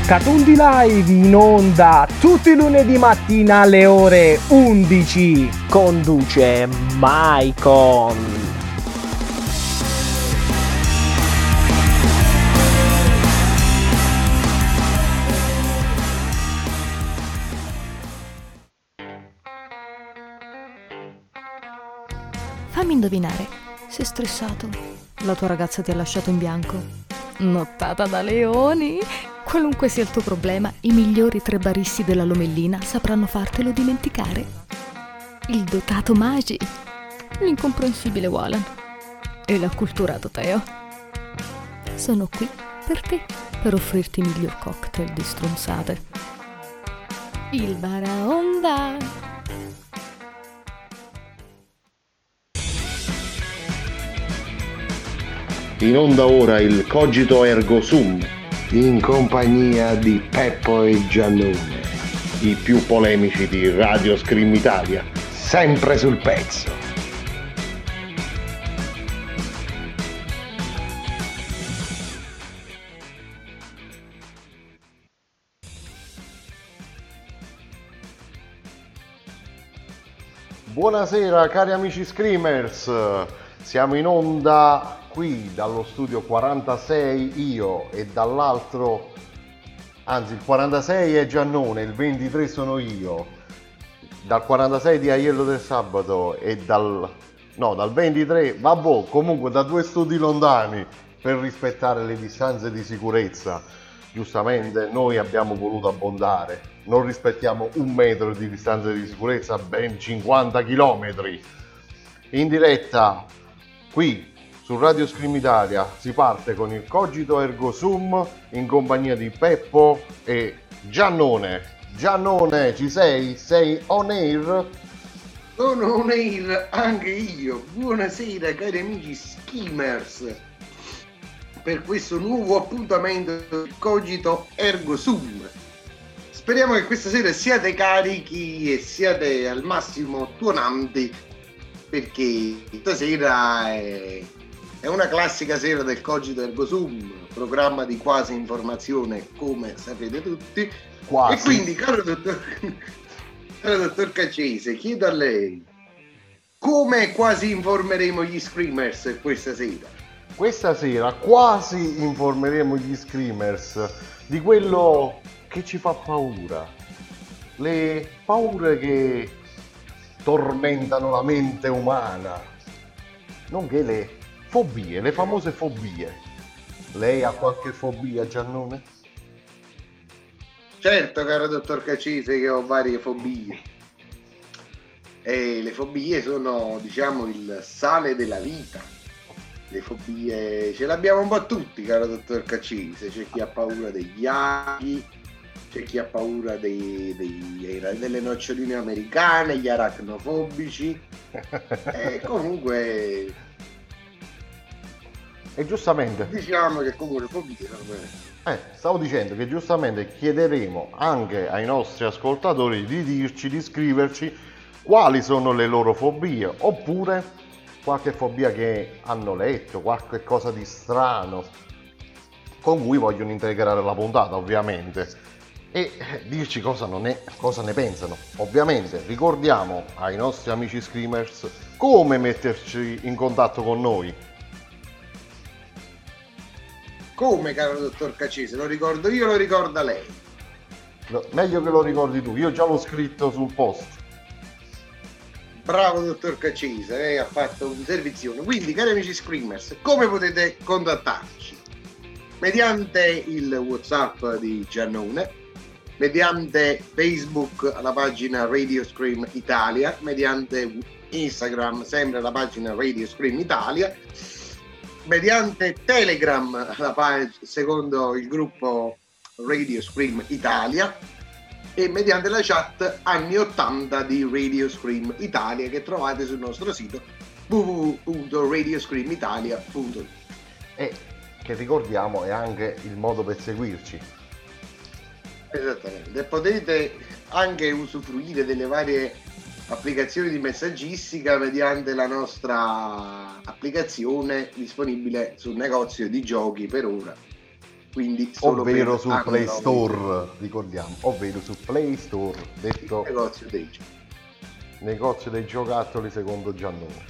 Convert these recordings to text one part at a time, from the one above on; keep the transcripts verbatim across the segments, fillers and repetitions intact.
Catundi Live in onda tutti i lunedì mattina alle ore undici. Conduce Maicon. Fammi indovinare, sei stressato? La tua ragazza ti ha lasciato in bianco? Nottata da leoni? Qualunque sia il tuo problema, i migliori tre baristi della Lomellina sapranno fartelo dimenticare. Il dotato Magi, l'incomprensibile Walan e l'acculturato Teo sono qui per te, per offrirti i miglior cocktail di stronzate. Il Baraonda. In onda ora il Cogito Ergo Sum, in compagnia di Peppo e Giannone, i più polemici di Radio Scream Italia, sempre sul pezzo. Buonasera cari amici Screamers, siamo in onda qui dallo studio quarantasei io e dall'altro, anzi il quarantasei è Giannone, il ventitré sono io, dal quarantasei di Aiello del Sabato e dal, no, dal ventitré, vabbè, comunque da due studi lontani per rispettare le distanze di sicurezza. Giustamente noi abbiamo voluto abbondare, non rispettiamo un metro di distanza di sicurezza, ben cinquanta chilometri. In diretta qui su Radio Scream Italia si parte con il Cogito Ergo Sum in compagnia di Peppo e Giannone. Giannone, ci sei? Sei on air? Sono on air anche io. Buonasera cari amici Schemers per questo nuovo appuntamento del Cogito Ergo Sum. Speriamo che questa sera siate carichi e siate al massimo tuonanti, perché stasera è È una classica sera del Cogito Ergo Sum, programma di quasi informazione, come sapete tutti. Quasi. E quindi, caro dottor, caro dottor Caccese, chiedo a lei, come quasi informeremo gli Screamers questa sera? Questa sera quasi informeremo gli Screamers di quello che ci fa paura, le paure che tormentano la mente umana, nonché le fobie, le famose fobie. Lei ha qualche fobia, Giannone? Certo, caro dottor Caccese, che ho varie fobie. E le fobie sono, diciamo, il sale della vita. Le fobie ce le abbiamo un po' tutti, caro dottor Caccese. C'è chi ha paura degli aghi, c'è chi ha paura dei, dei, delle noccioline americane, gli aracnofobici. E comunque... E giustamente diciamo che comunque fobie eh, stavo dicendo che giustamente chiederemo anche ai nostri ascoltatori di dirci, di scriverci quali sono le loro fobie, oppure qualche fobia che hanno letto, qualche cosa di strano con cui vogliono integrare la puntata, ovviamente, e dirci cosa, non è, cosa ne pensano. Ovviamente ricordiamo ai nostri amici Screamers come metterci in contatto con noi. Come, caro dottor Caccese? Lo ricordo io, lo ricorda lei? No, meglio che lo ricordi tu, io già l'ho scritto sul post. Bravo dottor Caccese, lei ha fatto un servizione. Quindi, cari amici Screamers, come potete contattarci? Mediante il WhatsApp di Giannone, mediante Facebook alla pagina Radio Scream Italia, mediante Instagram sempre alla pagina Radio Scream Italia, mediante Telegram la pag- secondo il gruppo Radio Scream Italia e mediante la chat anni ottanta di Radio Scream Italia che trovate sul nostro sito w w w punto radio scream italia punto it. E che ricordiamo è anche il modo per seguirci. Esattamente, potete anche usufruire delle varie applicazioni di messaggistica mediante la nostra applicazione disponibile sul negozio di giochi per ora quindi solo ovvero per su Android. Play Store, ricordiamo, ovvero su Play Store, detto negozio dei giochi. negozio dei giocattoli secondo Giannone.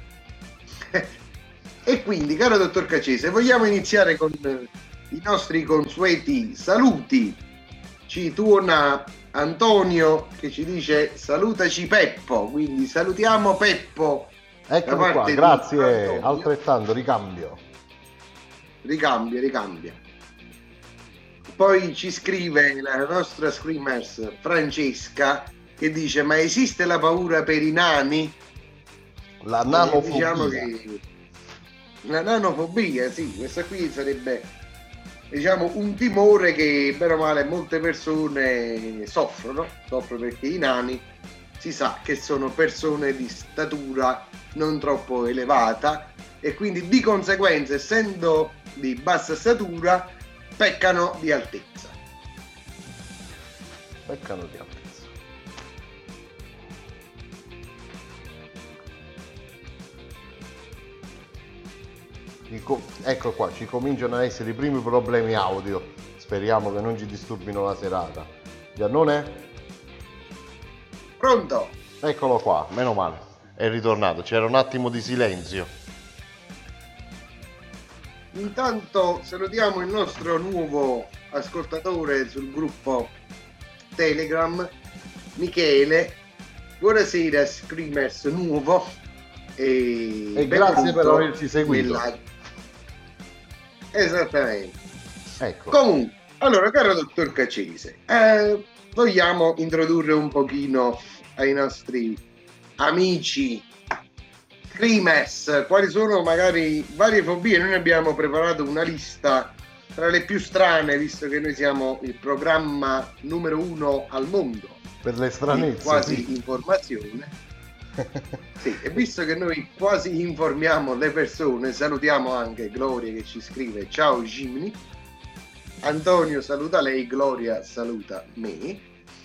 E quindi, caro dottor Cacese, vogliamo iniziare con i nostri consueti saluti. Ci tuona Antonio che ci dice salutaci Peppo, quindi salutiamo Peppo. Eccolo da qua, parte di grazie, Antonio. altrettanto, ricambio. Ricambia, ricambia. Poi ci scrive la nostra Screamers Francesca che dice: ma esiste la paura per i nani? La Eh, nanofobia. diciamo che la nanofobia, sì, questa qui sarebbe, diciamo, un timore che bene o male molte persone soffrono, soffrono perché i nani si sa che sono persone di statura non troppo elevata e quindi di conseguenza, essendo di bassa statura, peccano di altezza. Peccano di altezza. Dico- ecco qua, ci cominciano a essere i primi problemi audio. Speriamo che non ci disturbino la serata. Giannone? Pronto? Eccolo qua, meno male. È ritornato, c'era un attimo di silenzio. Intanto salutiamo il nostro nuovo ascoltatore sul gruppo Telegram, Michele. Buonasera Screamers nuovo e, E grazie benvenuto per averci seguito. nella- Esattamente. Ecco. Comunque, allora, caro dottor Cacese, eh, vogliamo introdurre un pochino ai nostri amici Screamers quali sono magari varie fobie. Noi ne abbiamo preparato una lista tra le più strane, visto che noi siamo il programma numero uno al mondo Per le di stranezze. quasi sì. informazione. Sì, e visto che noi quasi informiamo le persone, salutiamo anche Gloria che ci scrive: ciao Jimmy. Antonio saluta lei, Gloria saluta me.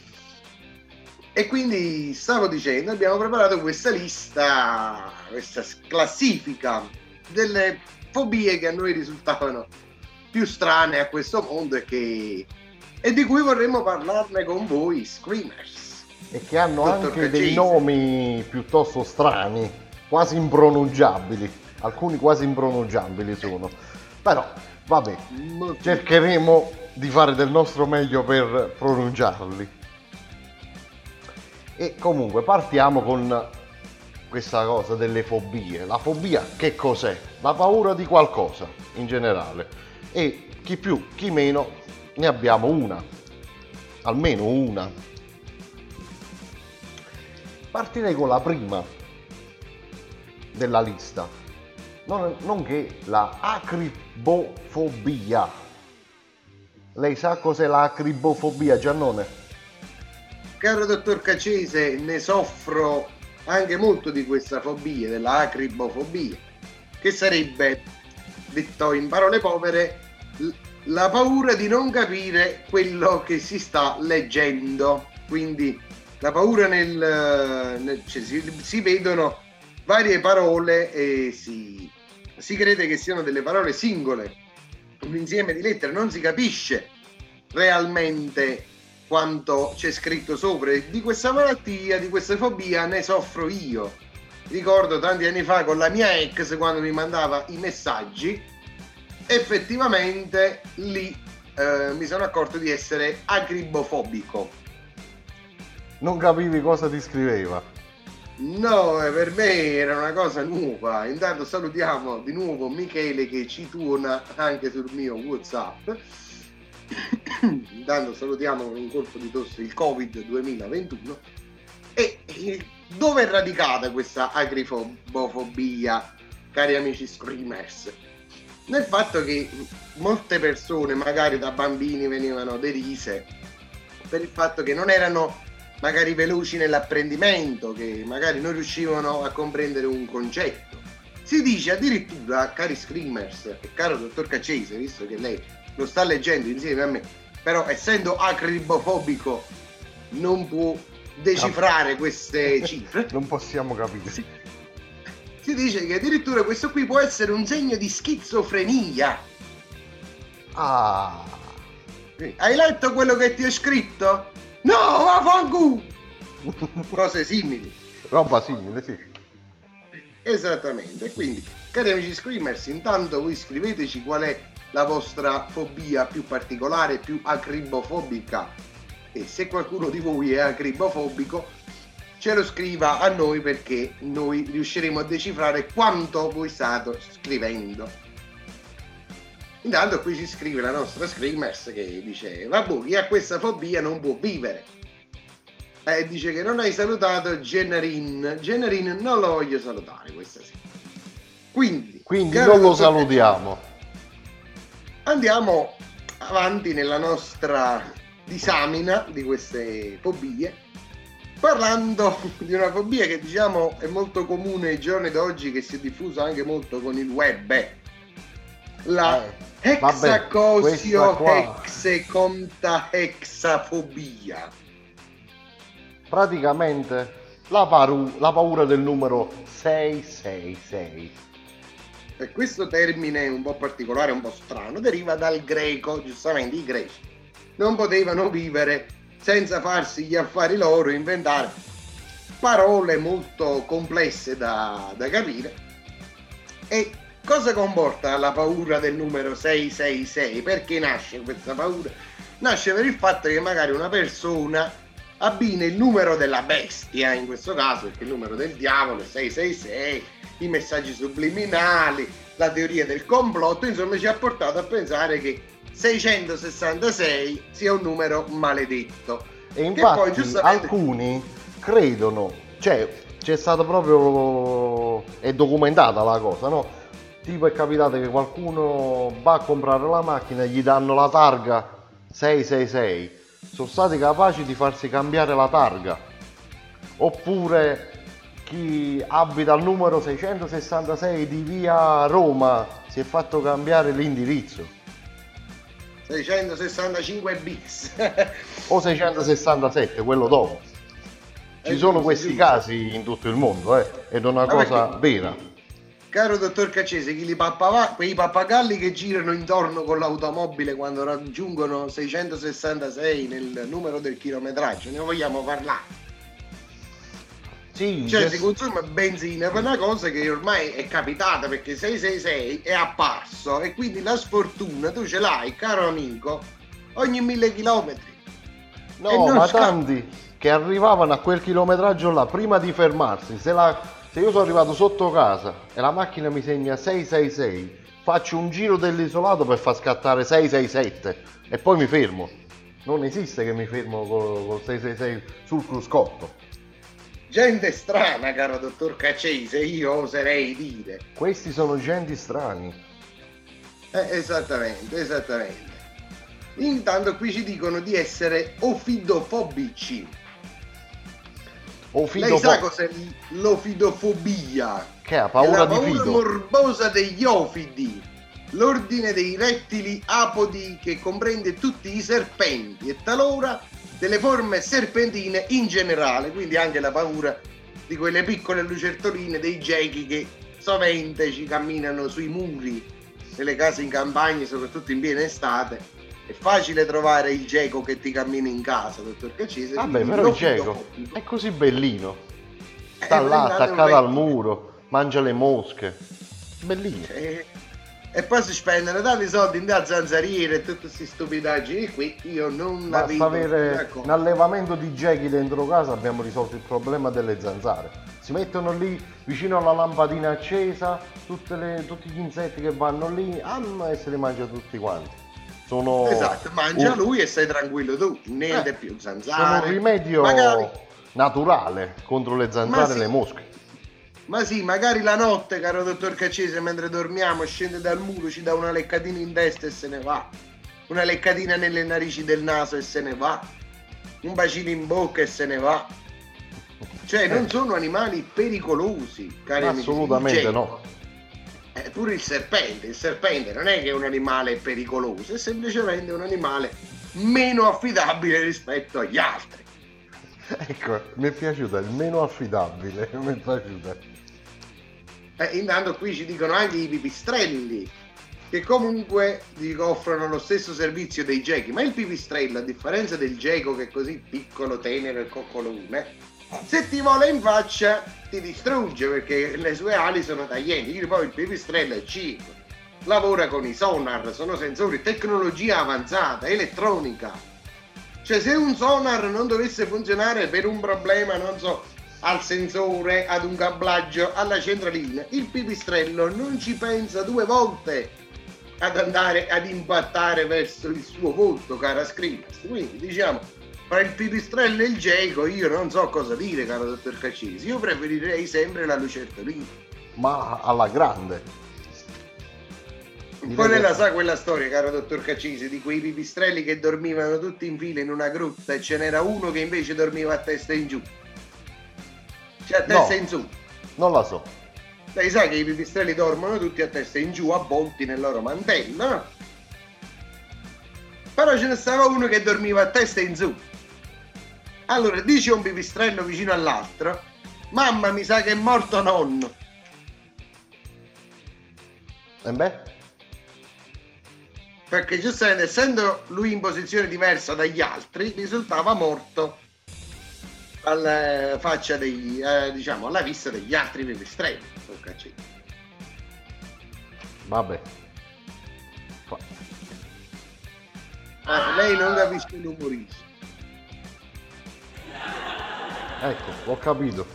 E quindi stavo dicendo, abbiamo preparato questa lista, questa classifica delle fobie che a noi risultavano più strane a questo mondo e, che, e di cui vorremmo parlarne con voi, Screamers. E che hanno Dottor anche dei Cacese. nomi piuttosto strani, quasi impronunciabili. Alcuni quasi impronunciabili sono. Però, vabbè, Molto- cercheremo di fare del nostro meglio per pronunciarli. E comunque partiamo con questa cosa delle fobie. La fobia che cos'è? La paura di qualcosa in generale. E chi più, chi meno, ne abbiamo una. Almeno una. Partirei con la prima della lista, non, nonché la acribofobia. Lei sa cos'è la acribofobia, Giannone? Caro dottor Cacese, ne soffro anche molto di questa fobia, della acribofobia, che sarebbe, detto in parole povere, l- la paura di non capire quello che si sta leggendo. Quindi la paura nel, nel cioè, si, si vedono varie parole e si, si crede che siano delle parole singole, un insieme di lettere, non si capisce realmente quanto c'è scritto sopra. E di questa malattia, di questa fobia ne soffro io. Ricordo tanti anni fa con la mia ex, quando mi mandava i messaggi, effettivamente lì eh, mi sono accorto di essere acribofobico. Non capivi cosa ti scriveva. No, eh, per me era una cosa nuova. Intanto salutiamo di nuovo Michele che ci tuona anche sul mio WhatsApp. Intanto salutiamo con un colpo di tosse il Covid duemilaventuno. E, e dove è radicata questa agrifobia, cari amici Screamers? Nel fatto che molte persone magari da bambini venivano derise per il fatto che non erano magari veloci nell'apprendimento, che magari non riuscivano a comprendere un concetto. Si dice addirittura, cari Screamers e caro dottor Cacese, visto che lei lo sta leggendo insieme a me, però essendo acribofobico non può decifrare queste cifre. Non possiamo capire. Si dice che addirittura questo qui può essere un segno di schizofrenia. Ah, Hai letto quello che ti ho scritto? No, vaffanculo! Cose simili. Roba simile, sì. Esattamente, quindi cari amici screamers, intanto voi scriveteci qual è la vostra fobia più particolare, più acribofobica, e se qualcuno di voi è acribofobico ce lo scriva a noi, perché noi riusciremo a decifrare quanto voi state scrivendo. Intanto qui ci scrive la nostra screamers che dice: vabbè, chi ha questa fobia non può vivere. Eh, dice che non hai salutato Generin. Generin non lo voglio salutare questa sera. Quindi, Quindi non lo salutiamo. Andiamo avanti nella nostra disamina di queste fobie, parlando di una fobia che diciamo è molto comune ai giorni d'oggi, che si è diffusa anche molto con il web. La eh, hexacosio hexeconta hexafobia. Praticamente la, paru- la paura del numero sei sei sei. E questo termine un po' particolare, un po' strano, deriva dal greco. Giustamente i greci non potevano vivere senza farsi gli affari loro, inventare parole molto complesse da, da capire. E cosa comporta la paura del numero sei sei sei? Perché nasce questa paura? Nasce per il fatto che magari una persona abbina il numero della bestia, in questo caso, perché il numero del diavolo è sei sei sei, i messaggi subliminali, la teoria del complotto, insomma ci ha portato a pensare che seicentosessantasei sia un numero maledetto. E infatti poi, giustamente, alcuni credono, cioè c'è stata proprio, è documentata la cosa, no? Tipo è capitato che qualcuno va a comprare la macchina e gli danno la targa sei sei sei, sono stati capaci di farsi cambiare la targa. Oppure chi abita al numero seicentosessantasei di via Roma si è fatto cambiare l'indirizzo. seicentosessantacinque bis O seicentosessantasette, quello dopo. Ci Eh, sono sì, questi sì. casi in tutto il mondo, eh, ed è una Ma cosa perché? vera. Caro dottor Caccese, chi li pappava- quei pappagalli che girano intorno con l'automobile quando raggiungono seicentosessantasei nel numero del chilometraggio, ne vogliamo parlare? Sì, Cioè c'è- si consuma benzina per una cosa che ormai è capitata, perché sei sei sei è apparso, e quindi la sfortuna tu ce l'hai, caro amico, ogni mille chilometri. E no, non ma scappa. tanti che arrivavano a quel chilometraggio là prima di fermarsi. Se, la, se io sono arrivato sotto casa e la macchina mi segna sei sei sei, faccio un giro dell'isolato per far scattare sei sei sette e poi mi fermo. Non esiste che mi fermo col, col sei sei sei sul cruscotto. Gente strana, caro dottor Caccese, io oserei dire. Questi sono genti strani. Eh, esattamente, esattamente. Intanto qui ci dicono di essere ofidofobici. O fido Lei sa po- cos'è l'ofidofobia? che ha È paura la di paura fido. morbosa degli ofidi, l'ordine dei rettili apodi che comprende tutti i serpenti e talora delle forme serpentine in generale, quindi anche la paura di quelle piccole lucertoline, dei gechi che sovente ci camminano sui muri nelle case in campagna, soprattutto in piena estate. È facile trovare il geco che ti cammina in casa, dottor Caccese. Vabbè, quindi però il geco l'ofidofobico è così bellino. è Sta là diventato un attaccato al rettile. muro, mangia le mosche. Bellino. E, e poi si spendono tanti soldi in da zanzariere e tutte queste stupidaggini qui, io non la Basta vedo. avere ecco. un allevamento di gechi dentro casa, abbiamo risolto il problema delle zanzare. Si mettono lì vicino alla lampadina accesa, tutte le- tutti gli insetti che vanno lì, ah, e se li mangia tutti quanti. Sono Esatto, mangia un- lui e stai tranquillo tu, niente Eh, più sono zanzare. un rimedio Magari, naturale contro le zanzare Ma e sì. le mosche. ma sì, magari la notte, caro dottor Caccese, mentre dormiamo, scende dal muro, ci dà una leccatina in testa e se ne va. Una leccatina nelle narici del naso e se ne va. Un bacino in bocca e se ne va. Cioè, non sono animali pericolosi, cari amici. Assolutamente Il geco, no. Eh, pure il serpente, il serpente non è che è un animale pericoloso, è semplicemente un animale meno affidabile rispetto agli altri. Ecco, mi è piaciuta, il meno affidabile, mi è piaciuta. Eh, intanto qui ci dicono anche i pipistrelli. che comunque dico, offrono lo stesso servizio dei gechi, ma il pipistrello, a differenza del geco che è così piccolo, tenero e coccolone, se ti vola in faccia ti distrugge perché le sue ali sono taglienti. Quindi poi il pipistrello è cibo, lavora con i sonar, sono sensori, tecnologia avanzata, elettronica. Cioè se un sonar non dovesse funzionare per un problema, non so, al sensore, ad un cablaggio, alla centralina, il pipistrello non ci pensa due volte ad andare ad impattare verso il suo volto, cara Screamers. Quindi diciamo, tra il pipistrello e il geco io non so cosa dire, caro dottor Caccisi. Io preferirei sempre la lucertolina. Ma alla grande. Un po' nella sa quella storia, caro dottor Caccisi, di quei pipistrelli che dormivano tutti in fila in una grotta e ce n'era uno che invece dormiva a testa in giù. Cioè a testa No. in su. Non la so. Lei sa che i pipistrelli dormono tutti a testa in giù, avvolti nel loro mantello, no? Però ce ne stava uno che dormiva a testa in su. Allora dice un pipistrello vicino all'altro: mamma, mi sa che è morto nonno. E beh? Perché giustamente, essendo lui in posizione diversa dagli altri, risultava morto alla faccia dei, eh, diciamo, alla vista degli altri pipistrelli. Vabbè. Ah, lei non capisce l'umorismo. Ecco, ho capito.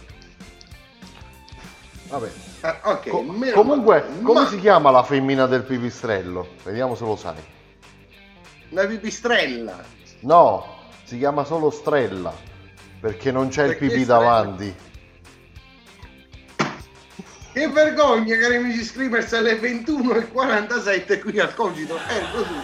Vabbè. Ah, ok, Co- meno comunque, male. come Ma si chiama la femmina del pipistrello? Vediamo se lo sai. la pipistrella. No, si chiama solo Strella, perché non c'è Perché il pipì Strella? davanti. Che vergogna, cari amici Screamers, alle ventuno e quarantasette qui al Cogito Ergo Sum.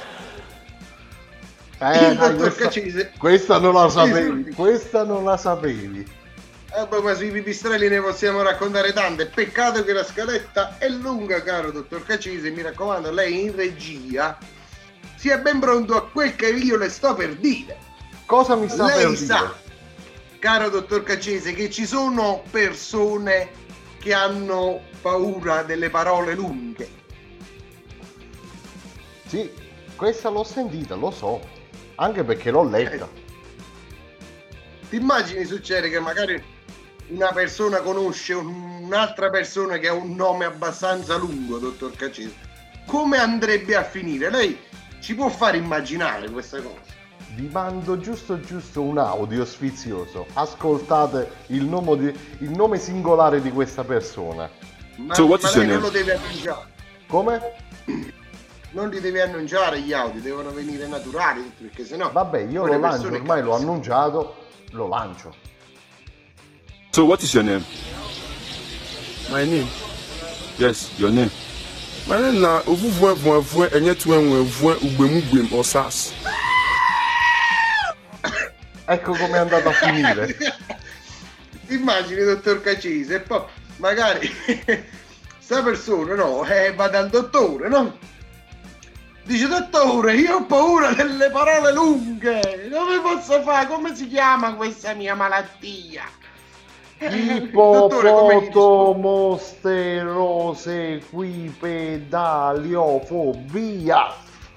Eh, Il dai, dottor questa, Caccese. questa non la sapevi, Sì. questa non la sapevi. Eh, beh, ma sui pipistrelli ne possiamo raccontare tante. Peccato che la scaletta è lunga, caro dottor Caccese. Mi raccomando, lei in regia sia ben pronto a quel che io le sto per dire. Cosa mi sta per Lei dire? sa, caro dottor Caccese, che ci sono persone che hanno paura delle parole lunghe. Sì, questa l'ho sentita, lo so, anche perché l'ho letta. Ti immagini succede che magari una persona conosce un'altra persona che ha un nome abbastanza lungo, dottor Caccese? Come andrebbe a finire? Lei ci può far immaginare questa cosa? Vi mando giusto giusto un audio sfizioso. Ascoltate il nome, di- il nome singolare di questa persona. Ma, So what ma is lei your non name? lo deve annunciare. Come? Non li deve annunciare gli audio, devono venire naturali, perché sennò... Vabbè, io poi le lo lancio, persone ormai l'ho capiscono. annunciato, lo lancio. So what is your name? My name. Yes, your name. My name na ovuvue vuevue enye tuenwe vue ugbemugwem osas. Ecco come è andato a finire. Immagini, dottor Caccese, e poi magari sta persona, no, eh, va dal dottore, no? Dice: dottore, io ho paura delle parole lunghe, come posso fare? Come si chiama questa mia malattia? Eh, dottore, come gli rispondo? Ipopotomosterosequipedaliofobia.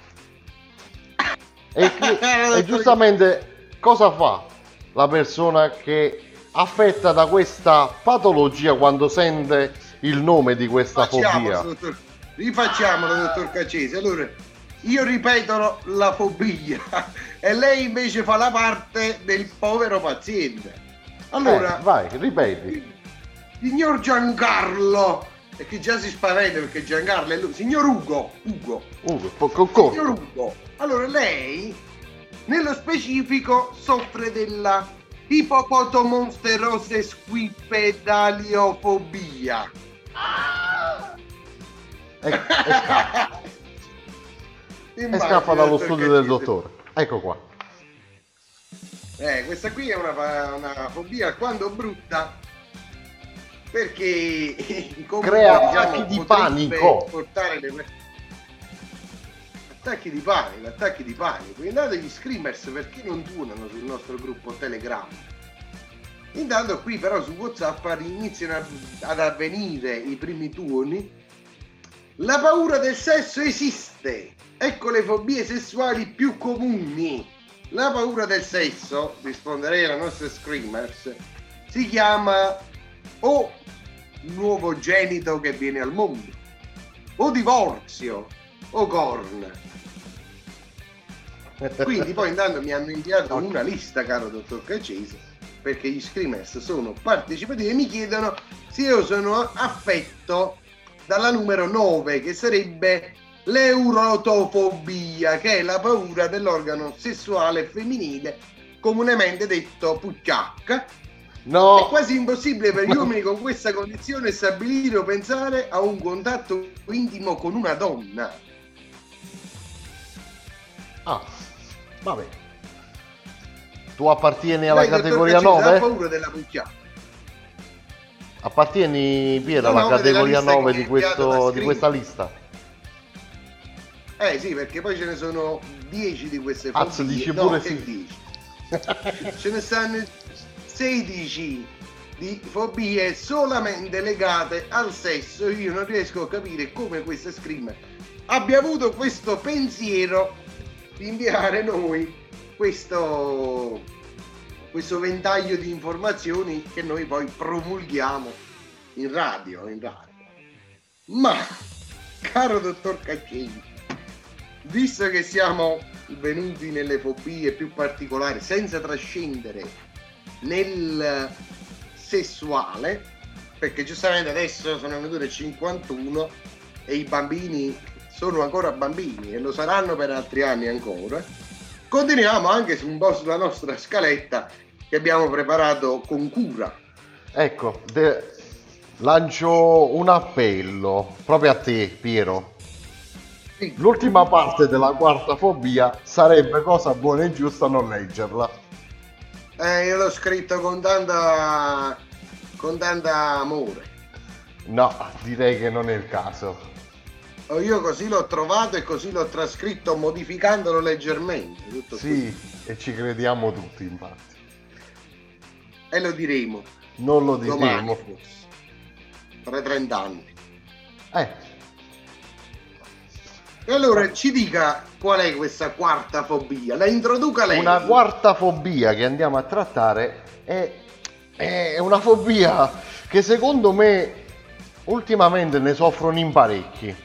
E, chi- e giustamente cosa fa la persona che affetta da questa patologia quando sente il nome di questa Facciamolo, fobia? dottor- rifacciamolo, dottor Caccese. Allora, io ripeto la fobia e lei invece fa la parte del povero paziente. Allora, Eh, vai, ripeti. signor Giancarlo, e che già si spaventa perché Giancarlo è lui, signor Ugo, Ugo, Ugo, po- co- signor corto. Ugo, allora lei nello specifico soffre della ipopotomonsterose squipedaliofobia. E, e scappa, e Immagini, scappa dallo dottor studio del Caccese. dottore. Ecco qua. Eh, questa qui è una, una fobia alquanto brutta perché comunque, Crea diciamo, attacchi di potrebbe panico. portare le... attacchi di panico, attacchi di panico. Quindi andate gli Screamers, perché non tuonano sul nostro gruppo Telegram? Intanto qui però su WhatsApp iniziano a- ad avvenire i primi tuoni La paura del sesso esiste. Ecco le fobie sessuali più comuni. La paura del sesso, risponderei alla nostra Screamers, si chiama o nuovo genito che viene al mondo, o divorzio, o corna. Quindi poi intanto mi hanno inviato una lista, caro dottor Caccese, perché gli Screamers sono partecipativi e mi chiedono se io sono affetto dalla numero nove, che sarebbe l'eurotofobia, che è la paura dell'organo sessuale femminile, comunemente detto pucciacca. No. È quasi impossibile per gli uomini con questa condizione stabilire o pensare a un contatto intimo con una donna. Ah, vabbè. Tu appartieni alla Lei, categoria dottor Caccese, nove? ha paura della pucciacca? Appartieni, Piero, alla No, no, categoria della lista nove che di, è inviata da questo, di Scream. questa lista? Eh sì, perché poi ce ne sono dieci di queste fobie. Azzo, dici No, pure che sì. dieci? Ce ne stanno sedici di fobie solamente legate al sesso. Io non riesco a capire come questa Scream abbia avuto questo pensiero di inviare noi questo questo ventaglio di informazioni che noi poi promulghiamo in radio, in radio. Ma, caro dottor Caccini, visto che siamo venuti nelle fobie più particolari, senza trascendere nel sessuale, perché giustamente adesso sono venute le cinquantuno e i bambini sono ancora bambini e lo saranno per altri anni ancora, continuiamo anche su un po' sulla nostra scaletta che abbiamo preparato con cura. Ecco, de- lancio un appello proprio a te, Piero. Sì. L'ultima parte della quarta fobia sarebbe cosa buona e giusta non leggerla. Eh, io l'ho scritto con tanta con tanta amore. No, direi che non è il caso. Oh, io così l'ho trovato e così l'ho trascritto modificandolo leggermente. Tutto Sì, e ci crediamo tutti, infatti. qui. E lo diremo Non lo domani, diremo. forse, tra trenta anni. Eh, E allora ci dica qual è questa quarta fobia, la introduca lei. una quarta fobia che andiamo a trattare è, è una fobia che secondo me ultimamente ne soffrono in parecchi.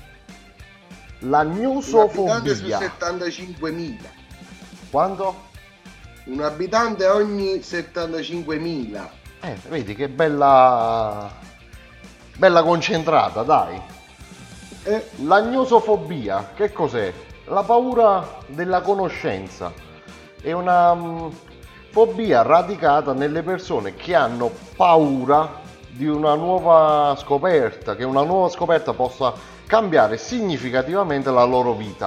La Un abitante su gnosofobia. settantacinquemila. Quando? Un abitante ogni settantacinquemila. Eh, vedi che bella bella concentrata, dai. Eh, La gnosofobia, che cos'è? La paura della conoscenza. È una mm, fobia radicata nelle persone che hanno paura di una nuova scoperta, che una nuova scoperta possa cambiare significativamente la loro vita.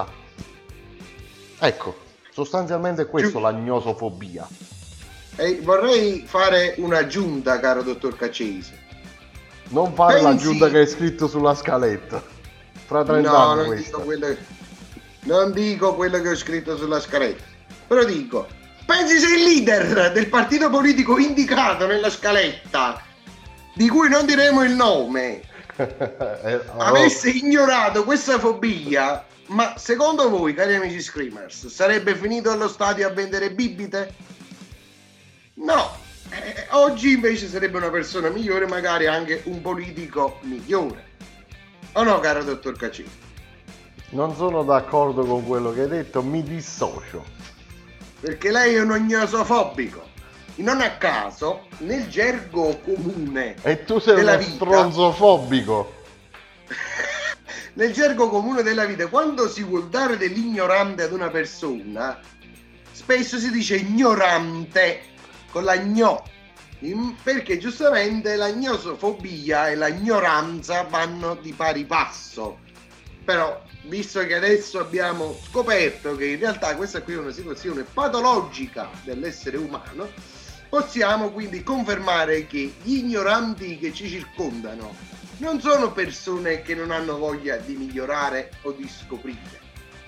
Ecco, sostanzialmente è questo la gnosofobia. e vorrei fare un'aggiunta, caro dottor Caccese. Non fare Pensi- l'aggiunta che hai scritto sulla scaletta. Fra trenta No, anni non questa. dico, quello, non dico quello che ho scritto sulla scaletta, però dico, pensi se il leader del partito politico indicato nella scaletta, di cui non diremo il nome, Eh, oh. avesse ignorato questa fobia, ma secondo voi, cari amici Screamers, sarebbe finito allo stadio a vendere bibite? No, eh, oggi invece sarebbe una persona migliore, magari anche un politico migliore. O no, caro dottor Caccini? Non sono d'accordo con quello che hai detto, mi dissocio. Perché lei è un gnosofobico. Non a caso, nel gergo comune, E tu sei Della uno vita. stronzofobico. nel gergo comune della vita, quando si vuol dare dell'ignorante ad una persona, spesso si dice ignorante con la gno, in- perché giustamente la gnosofobia e la ignoranza vanno di pari passo. Però, visto che adesso abbiamo scoperto che in realtà questa qui è una situazione patologica dell'essere umano, possiamo quindi confermare che gli ignoranti che ci circondano non sono persone che non hanno voglia di migliorare o di scoprire,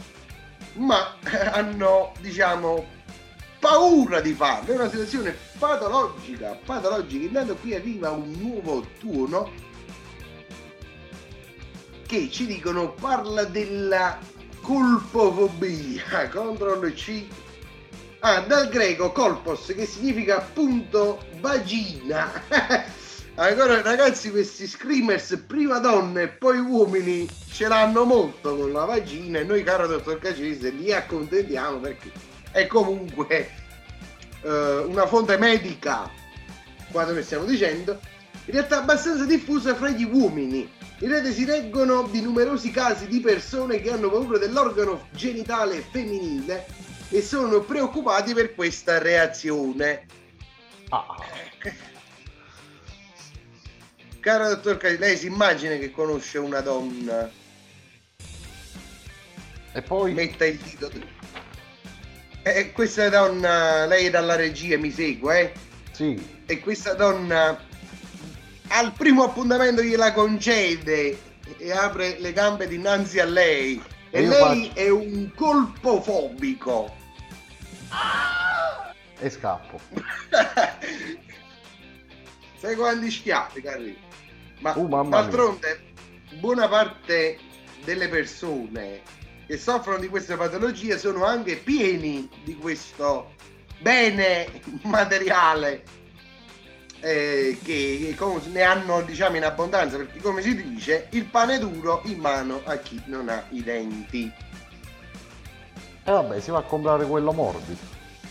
ma hanno, diciamo, paura di farlo. È una situazione patologica, patologica. Intanto qui arriva un nuovo tuono. che ci dicono parla della colpofobia. Control C. Ah, dal greco colpos, che significa appunto vagina. Ancora ragazzi, questi screamers, prima donne e poi uomini, ce l'hanno molto con la vagina, e noi, caro dottor Cacese, li accontentiamo perché è comunque eh, una fonte medica, quando ne stiamo dicendo, in realtà abbastanza diffusa fra gli uomini. In rete si leggono di numerosi casi di persone che hanno paura dell'organo genitale femminile e sono preoccupati per questa reazione. Ah. Caro dottor Cacese, lei si immagina che conosce una donna E poi metta il dito. E questa donna, lei è dalla regia, mi segue, eh? sì, E questa donna al primo appuntamento gliela concede e apre le gambe dinanzi a lei, e E io lei faccio- è un colpofobico. e scappo. Sai quanti schiaffi, Carli? Ma Uh, mamma mia. d'altronde buona parte delle persone che soffrono di questa patologia sono anche pieni di questo bene materiale, eh, che come ne hanno, diciamo, in abbondanza, perché come si dice, il pane duro in mano a chi non ha i denti. E vabbè, si va a comprare quello morbido.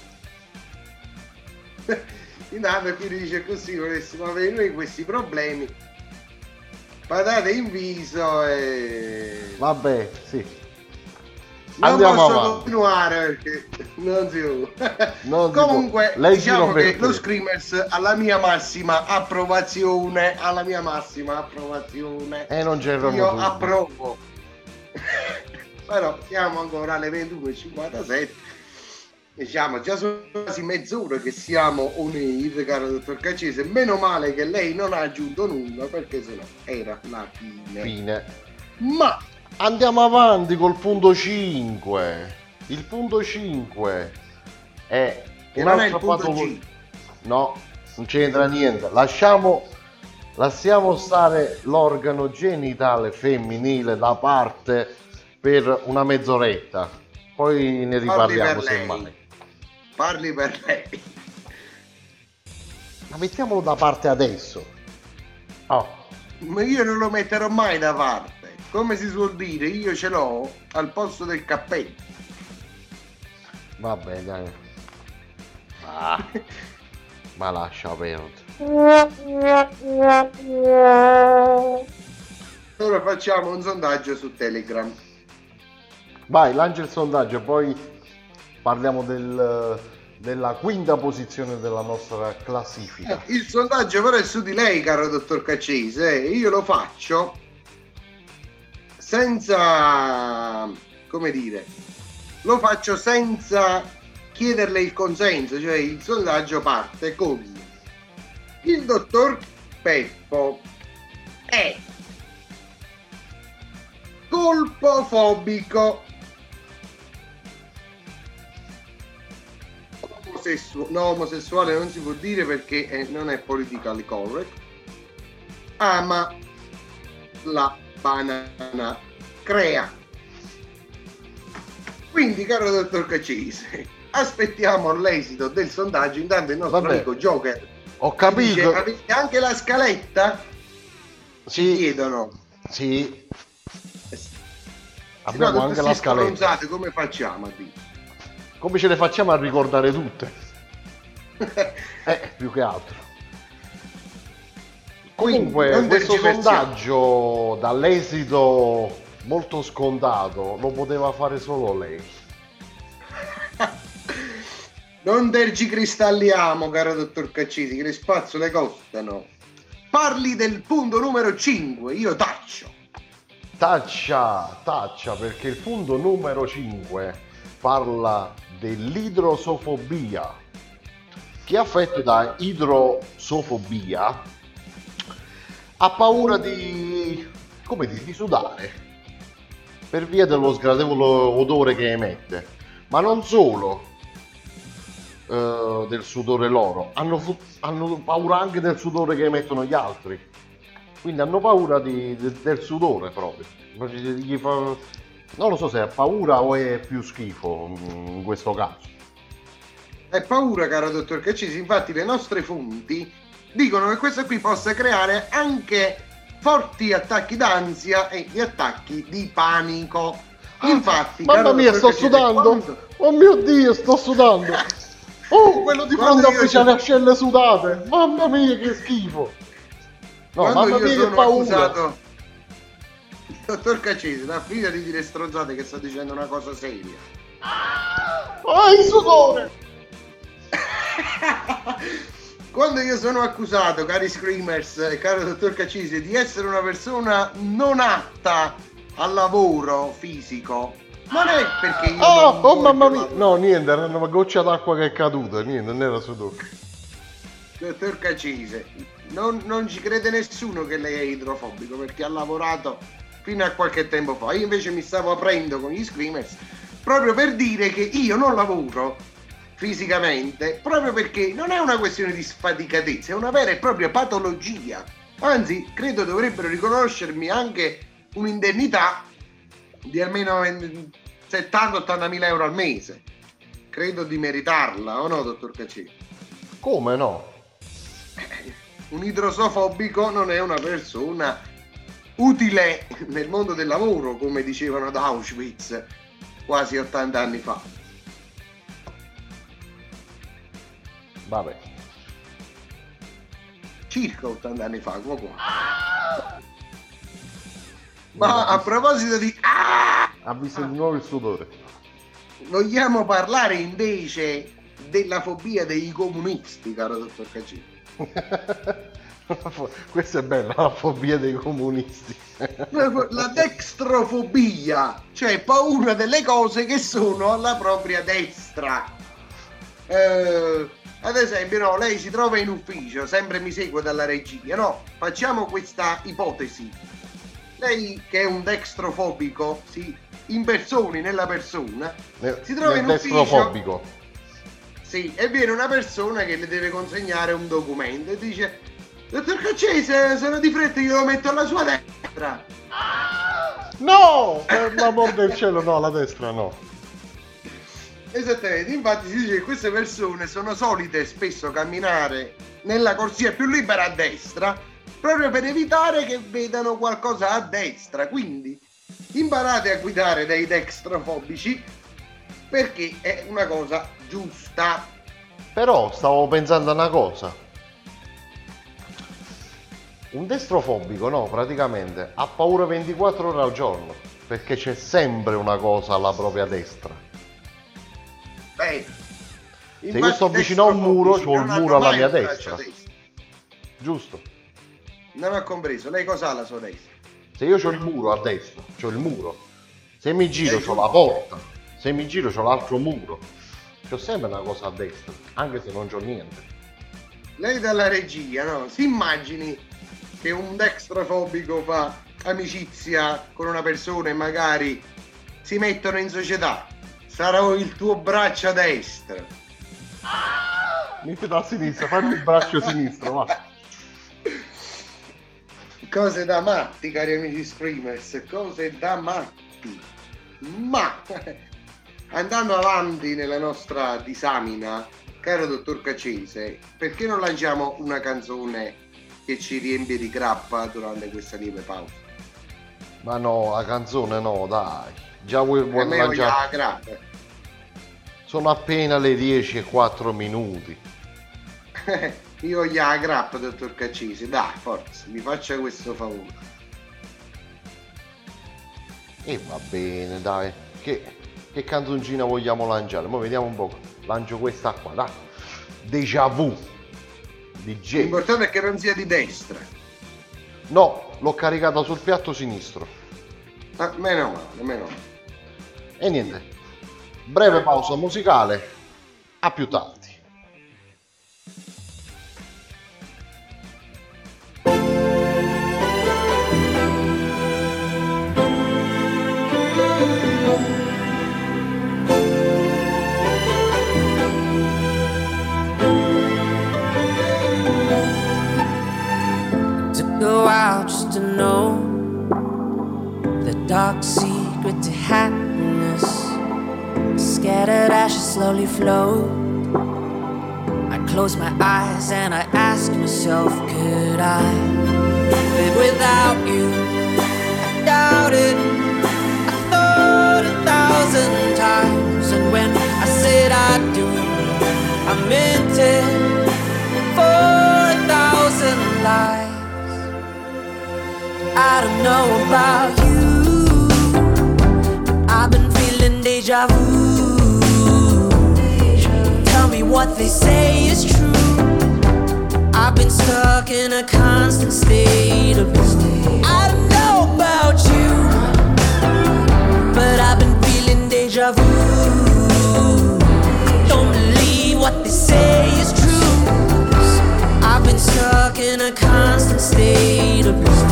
Intanto qui dice così, volessimo avere noi questi problemi, patate in viso e Vabbè, sì. non Andiamo posso avanti. continuare perché non si può. Non si Comunque può. Leggilo diciamo per che te. lo Screamers ha la mia massima approvazione, alla mia massima approvazione. E non c'erano Io dubbi. approvo. Però siamo ancora alle ventuno e cinquantasette. Diciamo, già sono quasi mezz'ora che siamo uniti, caro dottor Cacese. Meno male che lei non ha aggiunto nulla, perché sennò era la fine. Fine. Ma Andiamo avanti col punto cinque. Il punto cinque è che non è il un'altra punto patologia. G. No, non c'entra niente. Lasciamo, lasciamo stare l'organo genitale femminile da parte per una mezz'oretta. Poi ne Parli riparliamo per lei. semmai. Parli per lei. Ma mettiamolo da parte adesso. Oh, Ma io non lo metterò mai da parte. Come si suol dire, io ce l'ho al posto del cappello. vabbè, dai. Ah, ma lascia perdere. Ora facciamo un sondaggio su Telegram. Vai, lancia il sondaggio e poi parliamo del, della quinta posizione della nostra classifica. Il sondaggio però è su di lei, caro dottor Cacese. Io lo faccio senza, come dire, lo faccio senza chiederle il consenso, cioè il sondaggio parte con: il dottor Peppo è colpofobico, omosessu- no, omosessuale non si può dire perché eh, non è politically correct, ama la banana, crea. Quindi, caro dottor Cacese, aspettiamo l'esito del sondaggio. Intanto il nostro Vabbè, amico Joker ho dice: capito. avete anche la scaletta? Ci Sì, chiedono. sì, Se no, abbiamo tutte anche la queste scaletta. stronzate come facciamo a dire? Come ce le facciamo a ricordare tutte? Eh, più che altro. Quindi, Comunque, non questo tergiversiamo. sondaggio dall'esito molto scontato lo poteva fare solo lei. Non tergicristalliamo, caro dottor Caccisi, che le spazzole costano. Parli del punto numero cinque, io taccio. Taccia, taccia, perché il punto numero cinque parla dell'idrosofobia. Chi è affetto da idrosofobia ha paura di, come dire, di sudare per via dello sgradevole odore che emette, ma non solo eh, del sudore loro, hanno, fu- hanno paura anche del sudore che emettono gli altri. Quindi hanno paura di, de- del sudore proprio. Gli fa- Non lo so se è paura o è più schifo in questo caso. È paura, caro dottor Caccisi. Infatti le nostre fonti dicono che questo qui possa creare anche forti attacchi d'ansia e gli attacchi di panico. Infatti, Mamma caro mia, dottor sto Caccisi, sudando! quando- Oh mio Dio, sto sudando! Oh, quello di Quando fronte io a c'ha sono- le ascelle sudate! Mamma mia, che schifo! No, quando mamma io mia, che sono paura! accusato, dottor Caccisi, la finita di dire stronzate che sto dicendo una cosa seria. Ah, il sudore! Quando io sono accusato, cari screamers e caro dottor Caccisi, di essere una persona non atta al lavoro fisico, non è perché io Ah, non oh voglio mamma mia! lavorare. No, niente, era una goccia d'acqua che è caduta, niente, non era sudore. Dottor Caccisi, non, non ci crede nessuno che lei è idrofobico perché ha lavorato fino a qualche tempo fa. Io invece mi stavo aprendo con gli screamers proprio per dire che io non lavoro fisicamente, proprio perché non è una questione di sfaticatezza, è una vera e propria patologia. Anzi, credo dovrebbero riconoscermi anche un'indennità di almeno settanta ottanta mila euro al mese. Credo di meritarla, o no, dottor Caccisi? Come no? Un idrosofobico non è una persona utile nel mondo del lavoro, come dicevano ad Auschwitz quasi ottanta anni fa. Vabbè. Circa ottanta anni fa, qua qua. Ma a proposito di... Ah! Ha visto di nuovo il sudore. Vogliamo parlare invece della fobia dei comunisti, caro dottor Caccini? Questa è bella, la fobia dei comunisti. La dextrofobia, cioè paura delle cose che sono alla propria destra. Eh, ad esempio, no, lei si trova in ufficio, sempre mi segue dalla regia, no? Facciamo questa ipotesi. Lei che è un dextrofobico, si impersoni nella persona, Nel- si trova nel in ufficio. destrofobico. Sì, e viene una persona che le deve consegnare un documento e dice: dottor Caccese, sono di fretta, io lo metto alla sua destra. No! Per l'amor del cielo, no, la destra no. Esattamente, infatti si dice che queste persone sono solite spesso camminare nella corsia più libera a destra, proprio per evitare che vedano qualcosa a destra. Quindi imparate a guidare dei dextrofobici, perché è una cosa giusta. Però stavo pensando a una cosa. Un destrofobico, no, praticamente ha paura ventiquattro ore al giorno, perché c'è sempre una cosa alla propria destra. Beh, Se io sto vicino a un muro, c'ho il muro alla mia destra. Giusto? Non ho compreso, lei cosa ha alla sua destra? Se io c'ho il muro a destra, c'ho il muro. Se mi giro c'ho la porta. Se mi giro c'ho l'altro muro. C'ho sempre una cosa a destra, anche se non c'ho niente. Lei dalla regia, no? Si immagini che un dextrofobico fa amicizia con una persona e magari si mettono in società. Sarò il tuo braccio a destra. Mettete a sinistra, fammi il braccio sinistro, va. Cose da matti, cari amici screamers, cose da matti. Ma andando avanti nella nostra disamina, caro dottor Caccese, perché non lanciamo una canzone che ci riempie di grappa durante questa lieve pausa? Ma no, la canzone no, dai. Già vuoi, vuoi A me voglio la lanciare? grappa. Sono appena le dieci e quattro minuti. Io voglio la grappa, dottor Caccese, dai, forza, mi faccia questo favore. E va bene, dai. Che, che canzoncina vogliamo lanciare? Mo vediamo un po'. Lancio questa qua, dai. Déjà vu. D J. L'importante è che non sia di destra. No, l'ho caricata sul piatto sinistro. Ah, meno male, meno male. E niente. Breve pausa musicale. A più tardi. Go out slowly flow. I close my eyes and I ask myself, could I live without you? I doubt it. I thought a thousand times, and when I said I do, I meant it for a thousand lives. I don't know about you, but I've been feeling deja vu. Tell me what they say is true. I've been stuck in a constant state of blue. I don't know about you, but I've been feeling deja vu. Don't believe what they say is true. I've been stuck in a constant state of blue.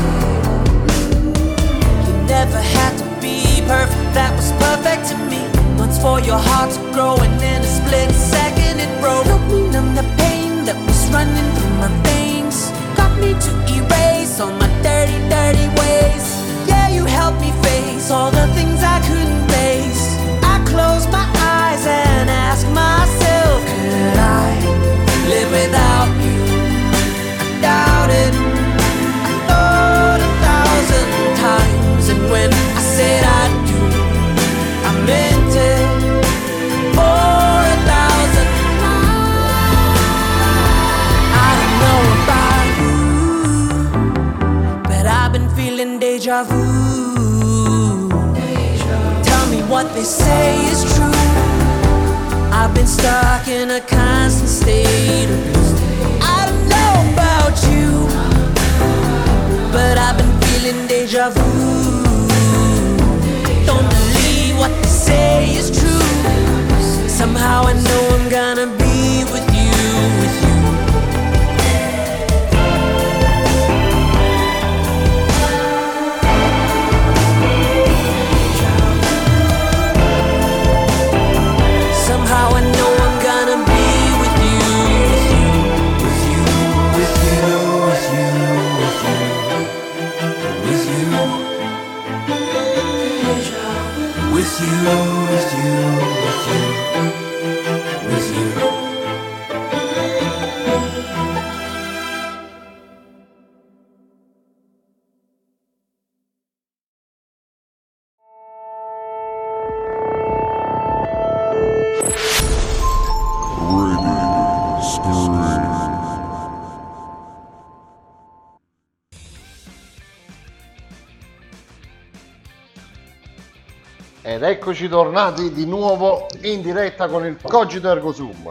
You never had to be perfect, that was perfect to me. Once for your heart to grow, and in a split second it broke. Help me numb the pain that was running through my veins. Got me to erase all my dirty, dirty ways. Yeah, you helped me face all the things I couldn't face. I close my eyes and ask myself, could I live without you? I doubt it. I thought a thousand times, and when I said I do, I meant it for a thousand times. I don't know about you, but I've been feeling deja vu. Tell me what they say is true. I've been stuck in a constant state of blue. I don't know about you, but I've been feeling deja vu. Don't believe what they say is true. Somehow I know I'm gonna be with you, with you. Somehow I know I'm gonna be with you, with you, with you, with you, with you, with you, with you, with you, with you, with you, with you. Ed eccoci tornati di nuovo in diretta con il Cogito Ergo Sum.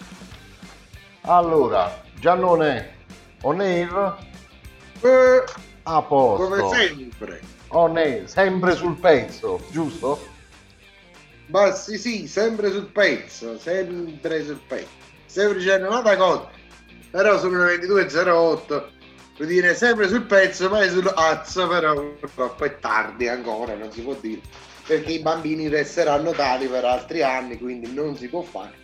Allora, Giannone, on air? Eh, A posto. come sempre. On air, sempre sul pezzo, giusto? Ma sì, sì, sempre sul pezzo, sempre sul pezzo. Sempre dicendo un'altra cosa, però sono le ventidue e zero otto, vuol dire sempre sul pezzo, ma è sul azzo, però purtroppo è tardi ancora, non si può dire, perché i bambini resteranno tali per altri anni, quindi non si può fare.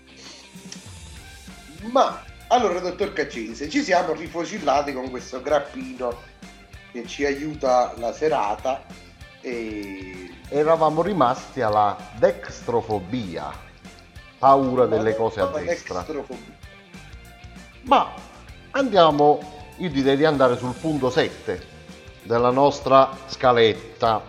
Ma allora, dottor Caccese, ci siamo rifocillati con questo grappino che ci aiuta la serata e Eravamo rimasti alla dextrofobia, paura delle cose a destra. Dextrofobia. Ma andiamo, io direi di andare sul punto sette della nostra scaletta.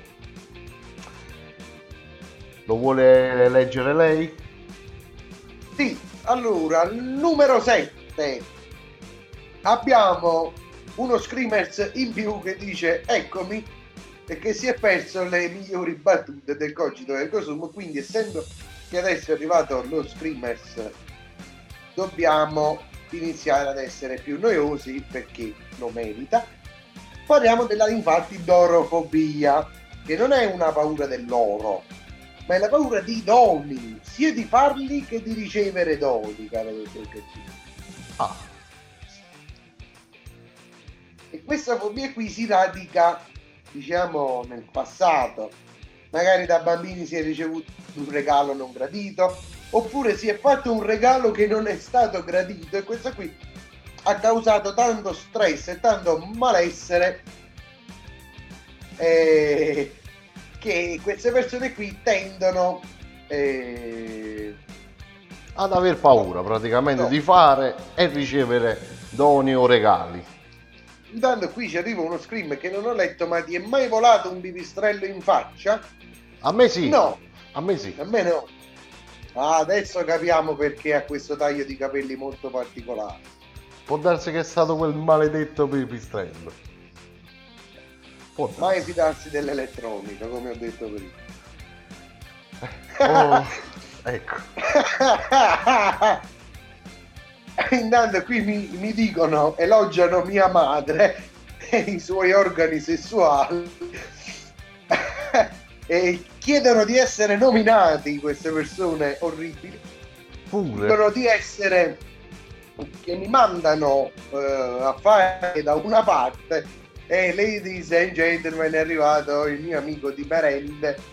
Lo vuole leggere lei? Sì, allora, numero sette. Abbiamo uno screamers in più che dice eccomi, e che si è perso le migliori battute del Cogito Ergo Sum, quindi essendo che adesso è arrivato lo screamers dobbiamo iniziare ad essere più noiosi perché lo merita. Parliamo della infatti dorofobia, che non è una paura dell'oro, ma è la paura di doni, sia di farli che di ricevere doni, caro dottor Caccino. Ah. E questa fobia qui si radica, diciamo, nel passato. Magari da bambini si è ricevuto un regalo non gradito, oppure si è fatto un regalo che non è stato gradito, e questo qui ha causato tanto stress e tanto malessere eh, che queste persone qui tendono eh, ad aver paura praticamente No. di fare e ricevere doni o regali. Intanto qui ci arriva uno scream che non ho letto, ma ti è mai volato un pipistrello in faccia? A me sì. No, A me sì. a me no. Ah, adesso capiamo perché ha questo taglio di capelli molto particolare. Può darsi che è stato quel maledetto pipistrello. Può darsi. Mai fidarsi dell'elettronica, come ho detto prima. Oh, ecco. Intanto qui mi, mi dicono, elogiano mia madre e i suoi organi sessuali e chiedono di essere nominati queste persone orribili. Pure. Dicono di essere, che mi mandano eh, a fare da una parte. E ladies and gentlemen, è arrivato il mio amico di merende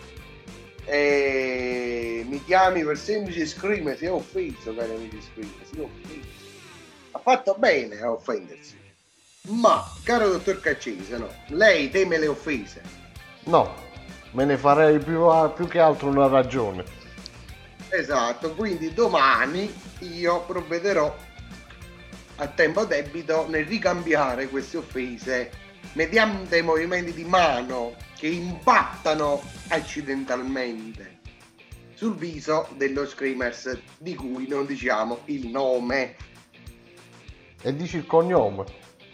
e mi chiami per semplice scream. Si è offeso, cari amici scream, si è offeso. Ha fatto bene a offendersi, ma caro dottor Caccese, no, lei teme le offese? No, me ne farei più, più che altro una ragione. Esatto, quindi domani io provvederò a tempo debito nel ricambiare queste offese mediante movimenti di mano che impattano accidentalmente sul viso dello screamers di cui non diciamo il nome. E dici il cognome?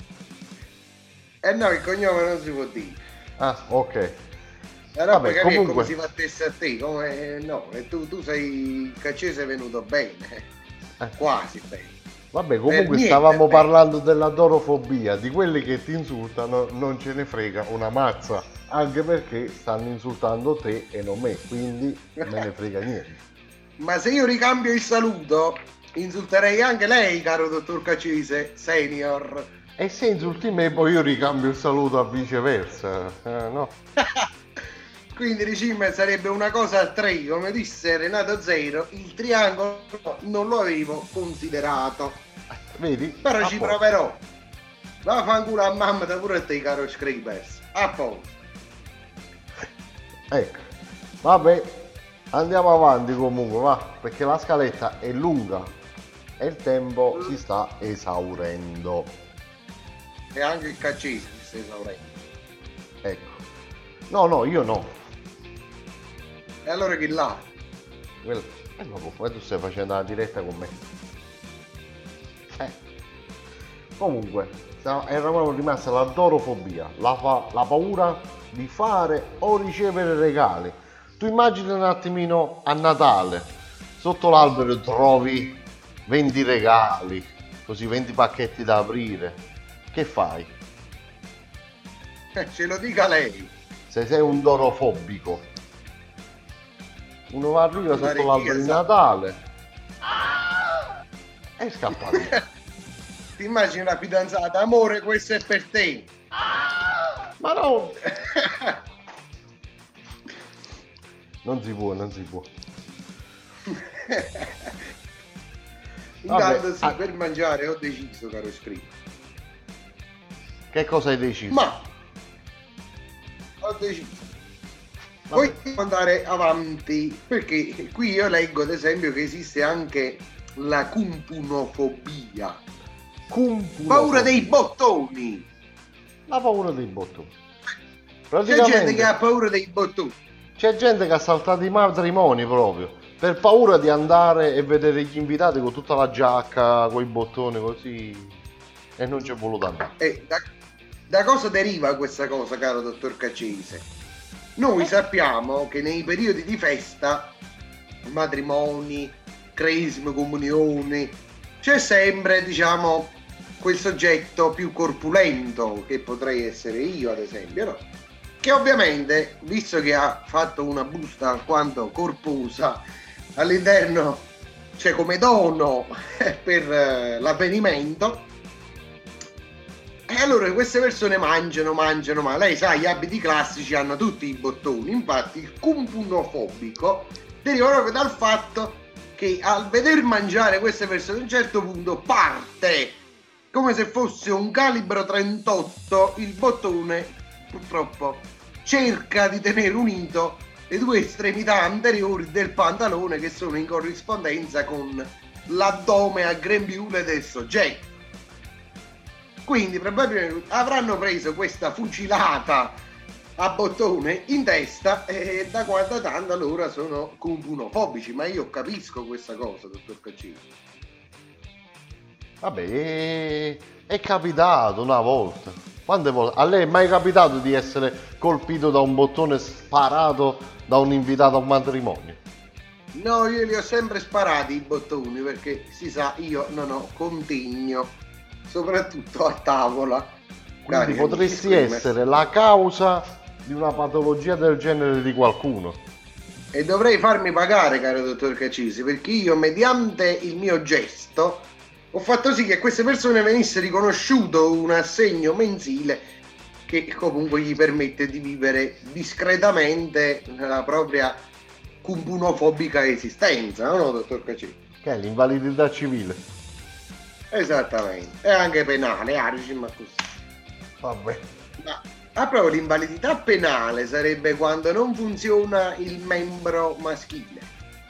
Eh no, il cognome non si può dire. Ah, ok. Però Vabbè, magari comunque- è come si fa testa a te, come no, e tu, tu sei il Caccese venuto bene, Eh. quasi bene. Vabbè, comunque niente, stavamo beh. parlando dell'adorofobia, di quelli che ti insultano non ce ne frega una mazza, anche perché stanno insultando te e non me, quindi me ne frega niente. Ma se io ricambio il saluto, insulterei anche lei, caro dottor Caccese, senior. E se insulti me poi io ricambio il saluto a viceversa, eh, no? Quindi diciamo sarebbe una cosa a tre, come disse Renato Zero, il triangolo non lo avevo considerato. Vedi? Però A ci posto. proverò. Vaffanculo a mamma da pure a te, caro Scribers. A posto. Ecco, vabbè, andiamo avanti comunque, va, perché la scaletta è lunga e il tempo si sta esaurendo. E anche il Caccese si sta esaurendo. Ecco. No, no, io no. E allora chi là? Quello- Eh, ma poi tu stai facendo la diretta con me. Eh. Comunque, sta- eravamo rimasti all'adorofobia, la, fa- la paura di fare o ricevere regali. Tu immagini un attimino a Natale, sotto l'albero trovi venti regali, così venti pacchetti da aprire. Che fai? Eh, ce lo dica lei. Se sei un dorofobico. Uno va arriva La sotto regia, l'albero di sa. Natale e scappa via. Ti immagini una fidanzata? Amore, questo è per te. Ma no! Non si può, non si può. Intanto Vabbè, sì, ah. per mangiare ho deciso, caro scritto. Che cosa hai deciso? Ma ho deciso. Vabbè. Vogliamo andare avanti, perché qui io leggo ad esempio che esiste anche la cumpunofobia, Cumpulo. paura dei bottoni. La paura dei bottoni. C'è gente Praticamente che ha paura dei bottoni. c'è gente che ha saltato i matrimoni proprio per paura di andare e vedere gli invitati con tutta la giacca, con i bottoni così, e non c'è voluto andare. E da, da cosa deriva questa cosa, caro dottor Caccese? Noi sappiamo che nei periodi di festa, matrimoni, cresime, comunioni, c'è sempre, diciamo, quel soggetto più corpulento, che potrei essere io ad esempio, no? Che ovviamente, visto che ha fatto una busta alquanto corposa, all'interno c'è come dono per eh, l'avvenimento. E allora queste persone mangiano, mangiano, ma lei sa, gli abiti classici hanno tutti i bottoni. Infatti il cumpunofobico deriva proprio dal fatto che al veder mangiare queste persone a un certo punto parte come se fosse un calibro trentotto il bottone. Purtroppo cerca di tenere unito le due estremità anteriori del pantalone che sono in corrispondenza con l'addome a grembiule del soggetto. Quindi probabilmente avranno preso questa fucilata a bottone in testa e da quando tanto allora sono cumpunofobici, ma io capisco questa cosa, dottor Caccini. Vabbè, è, è capitato una volta. Quante volte? A lei è mai capitato di essere colpito da un bottone sparato da un invitato a un matrimonio? No, io li ho sempre sparati i bottoni perché si sa, io non ho contegno, soprattutto a tavola. Quindi Cari potresti amici, essere la causa di una patologia del genere di qualcuno. E dovrei farmi pagare, caro dottor Caccisi, perché io mediante il mio gesto ho fatto sì che queste persone venisse riconosciuto un assegno mensile che comunque gli permette di vivere discretamente nella propria cumpunofobica esistenza, no, dottor Caccini? Che è l'invalidità civile. Esattamente, e anche penale, arici, ma così. Vabbè. Ma ah, proprio l'invalidità penale sarebbe quando non funziona il membro maschile.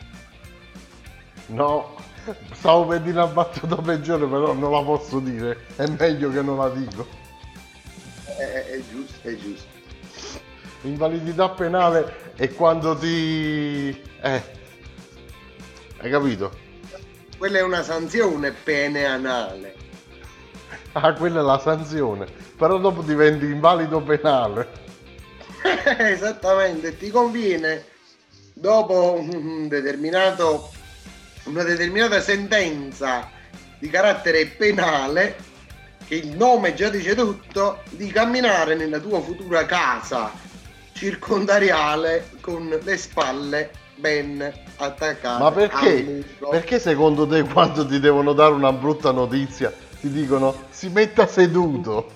No, stavo per dire una battuta peggiore, però non la posso dire. È meglio che non la dico. È, è giusto, è giusto. Invalidità penale è quando ti... Eh, hai capito? Quella è una sanzione pene anale. Ah, quella è la sanzione. Però dopo diventi invalido penale. Esattamente, ti conviene dopo un determinato, una determinata sentenza di carattere penale, che il nome già dice tutto, di camminare nella tua futura casa circondariale con le spalle ben attaccate. Ma perché? al muro. Perché secondo te quando ti devono dare una brutta notizia ti dicono si metta seduto?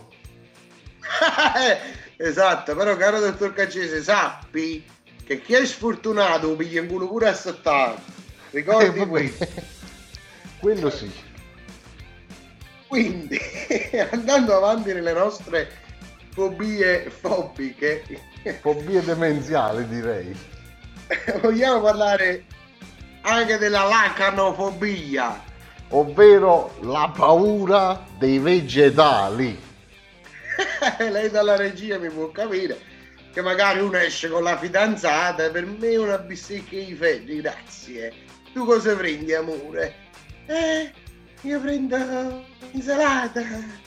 Esatto, però caro dottor Caccese, sappi che chi è sfortunato piglia in culo pure assettato. Ricordi Eh, questo? Quello sì. Quindi, andando avanti nelle nostre fobie fobiche, Fobie demenziali, direi. vogliamo parlare anche della lacanofobia. Ovvero la paura dei vegetali. Lei dalla regia mi può capire che magari uno esce con la fidanzata, per me una bistecca di freddi, grazie. Tu cosa prendi, amore? Eh, io prendo insalata.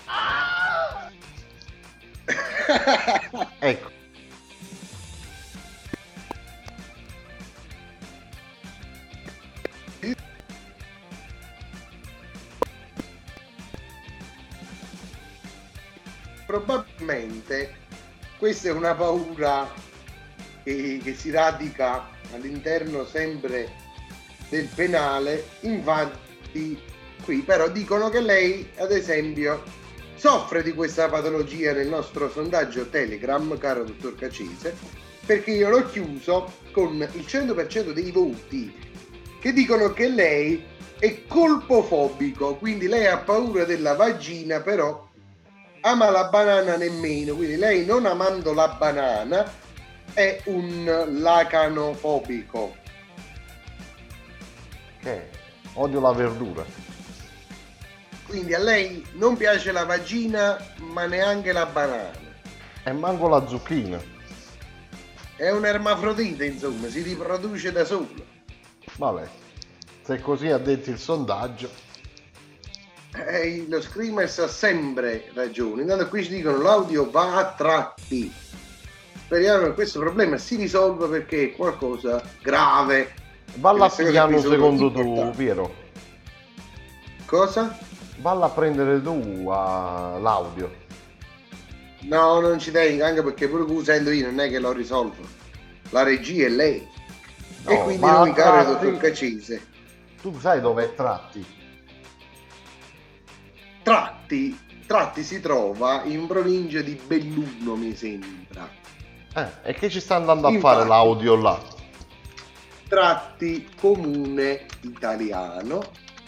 Ecco. Probabilmente questa è una paura che, che si radica all'interno sempre del penale. Infatti qui però dicono che lei, ad esempio, soffre di questa patologia nel nostro sondaggio Telegram, caro dottor Caccese, perché io l'ho chiuso con il cento per cento dei voti che dicono che lei è colpofobico, quindi lei ha paura della vagina, però ama la banana nemmeno, quindi lei, non amando la banana, è un lacanofobico. Che odio la verdura. Quindi a lei non piace la vagina, ma neanche la banana. E manco la zucchina. È un ermafrodite, insomma, si riproduce da solo. Vabbè, se così ha detto il sondaggio. Eh, lo Screamers ha sempre ragione. Intanto qui ci dicono l'audio va a tratti. Speriamo che questo problema si risolva perché è qualcosa grave. Valla a Queste pigliare cose un sono secondo tu, importanti. Piero. Cosa? Valla a prendere tu a... l'audio. No, non ci tengo, anche perché pure che usando io non è che lo risolvo. La regia è lei. No, e quindi ma noi, caro tratti- dottor Caccese, Tu sai dove è Tratti? Tratti, Tratti si trova in provincia di Belluno, mi sembra. Eh, e che ci sta andando a Infatti. fare l'audio là? Tratti, comune italiano.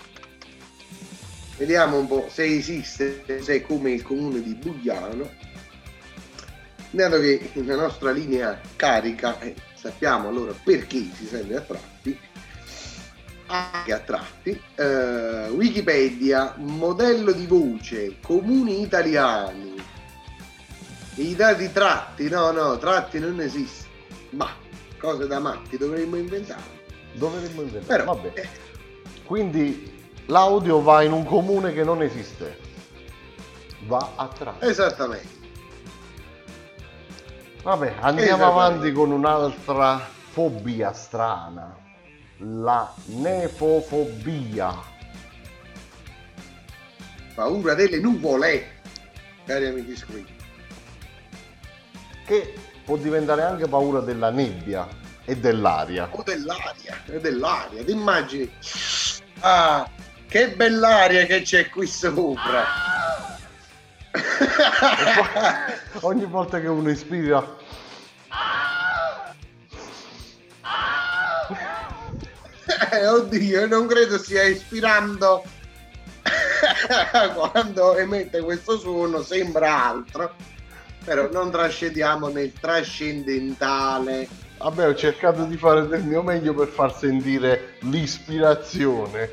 Vediamo un po' se esiste, se è come il comune di Bugliano. Dato che la nostra linea carica, eh, sappiamo allora perché si sente attratti, anche a tratti. uh, Wikipedia, modello di voce, comuni italiani, i dati tratti, no no, tratti non esiste, ma cose da matti dovremmo inventare. Dovremmo inventare, Però, vabbè. eh, Quindi l'audio va in un comune che non esiste, va a tratti. esattamente. Vabbè, andiamo Esattamente. avanti con un'altra fobia strana, la nefofobia. Paura delle nuvole, cari amici Scream. Che può diventare anche paura della nebbia e dell'aria. O dell'aria, o dell'aria, ti immagini? Ah, che bell'aria che c'è qui sopra. Ogni volta che uno ispira, Eh, oddio, non credo stia ispirando. Quando emette questo suono sembra altro, però non trascendiamo nel trascendentale. vabbè, ho cercato di fare del mio meglio per far sentire l'ispirazione.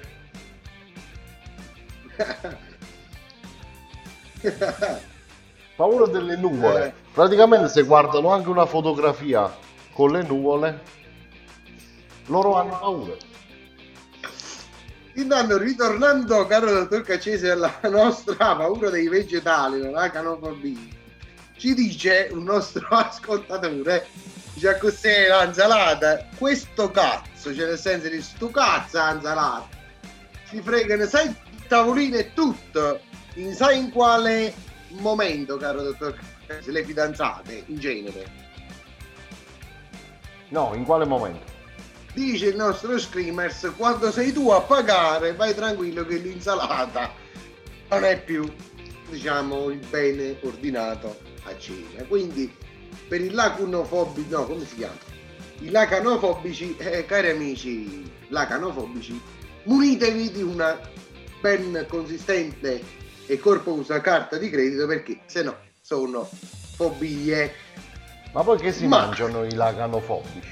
Paura delle nuvole. Eh. Praticamente se guardano anche una fotografia con le nuvole, loro hanno paura. Intanto, ritornando, caro dottor Caccese, alla nostra paura dei vegetali, la canofobia, ci dice un nostro ascoltatore, dice cos'è l'insalata, questo cazzo, cioè nel senso di sto cazzo l'insalata, si fregano, sai, il tavolino e tutto, in, sai in quale momento, caro dottor Caccese, le fidanzate, in genere? No, in quale momento? Dice il nostro Screamers, quando sei tu a pagare vai tranquillo che l'insalata non è più, diciamo, il bene ordinato a cena. Quindi per i lacanofobici, no, come si chiama? I lacanofobici, eh, cari amici lacanofobici, munitevi di una ben consistente e corposa carta di credito, perché se no sono fobie. Ma poi che si Ma- mangiano i lacanofobici?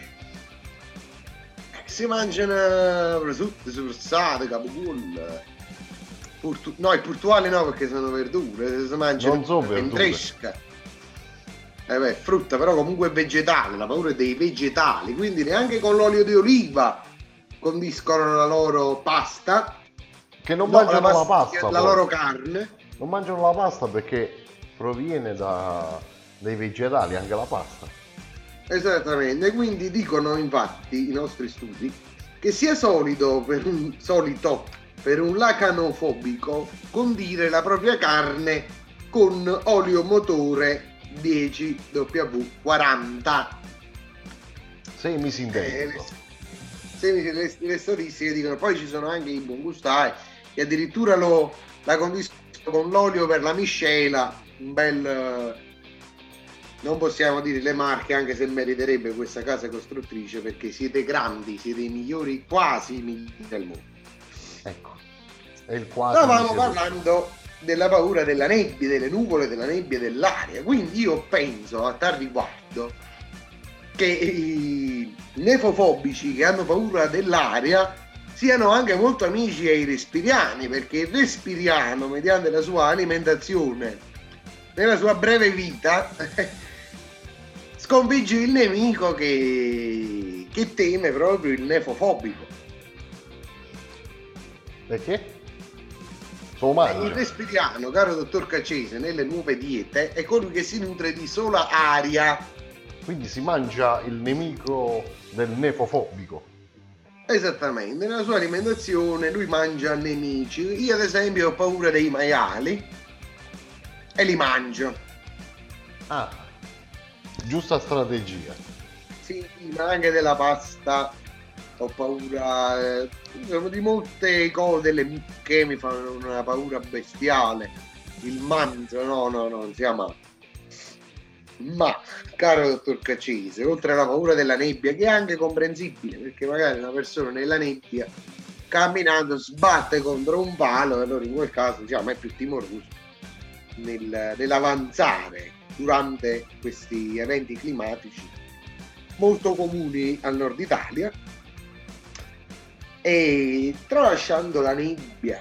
Si mangiano prosciutto, soppressate, capoculle. Portu- no, i portuali no, perché sono verdure. Si mangiano Non sono verdure. ventresca. Eh beh, frutta, però comunque è vegetale. La paura è dei vegetali. Quindi neanche con l'olio di oliva condiscono la loro pasta. Che non No, mangiano la pasta. la poi. loro carne. Non mangiano la pasta perché proviene da dei vegetali, anche la pasta. Esattamente, quindi dicono infatti i nostri studi che sia solido per un solito per un lacanofobico condire la propria carne con olio motore dieci W quaranta. Semi Eh, sintetico. le, le, le statistiche dicono, poi ci sono anche i buongustai che addirittura lo, la condiscono con l'olio per la miscela, un bel... eh, non possiamo dire le marche, anche se meriterebbe questa casa costruttrice, perché siete grandi, siete i migliori, quasi i migliori del mondo. Ecco. È il quasi. Stavamo miseria. parlando della paura della nebbia, delle nuvole, della nebbia, dell'aria. Quindi io penso a tal riguardo che i nefofobici che hanno paura dell'aria siano anche molto amici ai respiriani, perché il respiriano, mediante la sua alimentazione, nella sua breve vita, sconfigge il nemico che, che teme proprio il nefofobico. Perché? Lo Il mangia. respiriano, caro dottor Caccese, nelle nuove diete è colui che si nutre di sola aria. Quindi si mangia il nemico del nefofobico. Esattamente, nella sua alimentazione lui mangia nemici. Io ad esempio ho paura dei maiali e li mangio. Ah, giusta strategia. Sì, ma anche della pasta. Ho paura eh, insomma, di molte cose, delle mucche mi fanno una paura bestiale. Il manzo, no, no, no, non si ama. Ma, caro dottor Caccese, oltre alla paura della nebbia, che è anche comprensibile, perché magari una persona nella nebbia camminando sbatte contro un palo, e allora in quel caso diciamo è più timoroso nel, nell'avanzare durante questi eventi climatici molto comuni al nord Italia, e tralasciando la nebbia.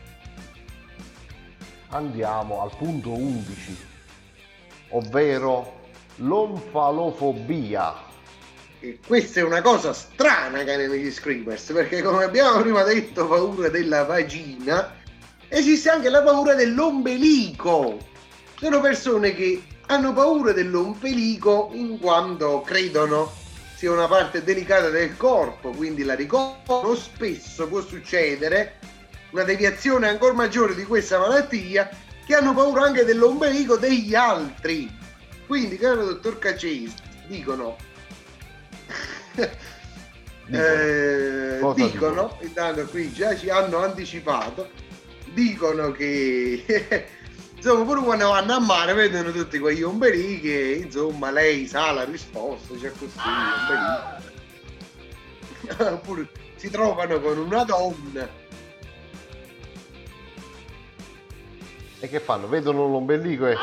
Andiamo al punto undici, ovvero l'onfalofobia. E questa è una cosa strana, cari amici Screamers, perché come abbiamo prima detto, paura della vagina, esiste anche la paura dell'ombelico. Sono persone che hanno paura dell'ombelico in quanto credono sia una parte delicata del corpo, quindi la ricoprono. Spesso può succedere una deviazione ancora maggiore di questa malattia, che hanno paura anche dell'ombelico degli altri. Quindi, caro dottor Caccesi, dicono eh, Cosa dicono, dicono? intanto qui già ci hanno anticipato, dicono che insomma pure quando vanno a mare vedono tutti quegli ombelichi e insomma lei sa la risposta, c'è così ombelico. Oppure si trovano con una donna E che fanno? Vedono l'ombelico e...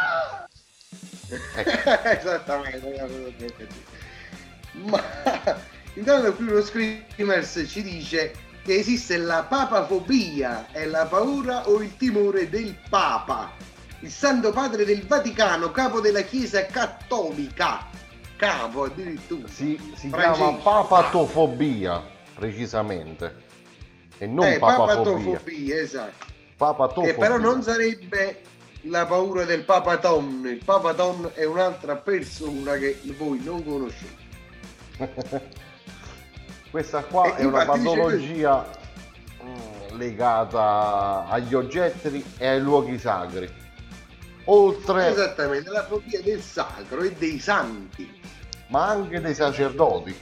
Ecco. esattamente. Ma intanto qui uno Screamers ci dice che esiste la papafobia, è la paura o il timore del Papa, il Santo Padre del Vaticano, capo della Chiesa Cattolica, capo addirittura. Si, si Francesco. chiama papatofobia, precisamente, e non eh, papafobia. papatofobia, esatto. Papatofobia. Che però non sarebbe la paura del Papaton. Il Papaton è un'altra persona che voi non conoscete. Questa qua E è una infatti dice patologia mm, legata agli oggetti e ai luoghi sacri. Oltre, Esattamente, la fobia del sacro e dei santi. ma anche dei sacerdoti.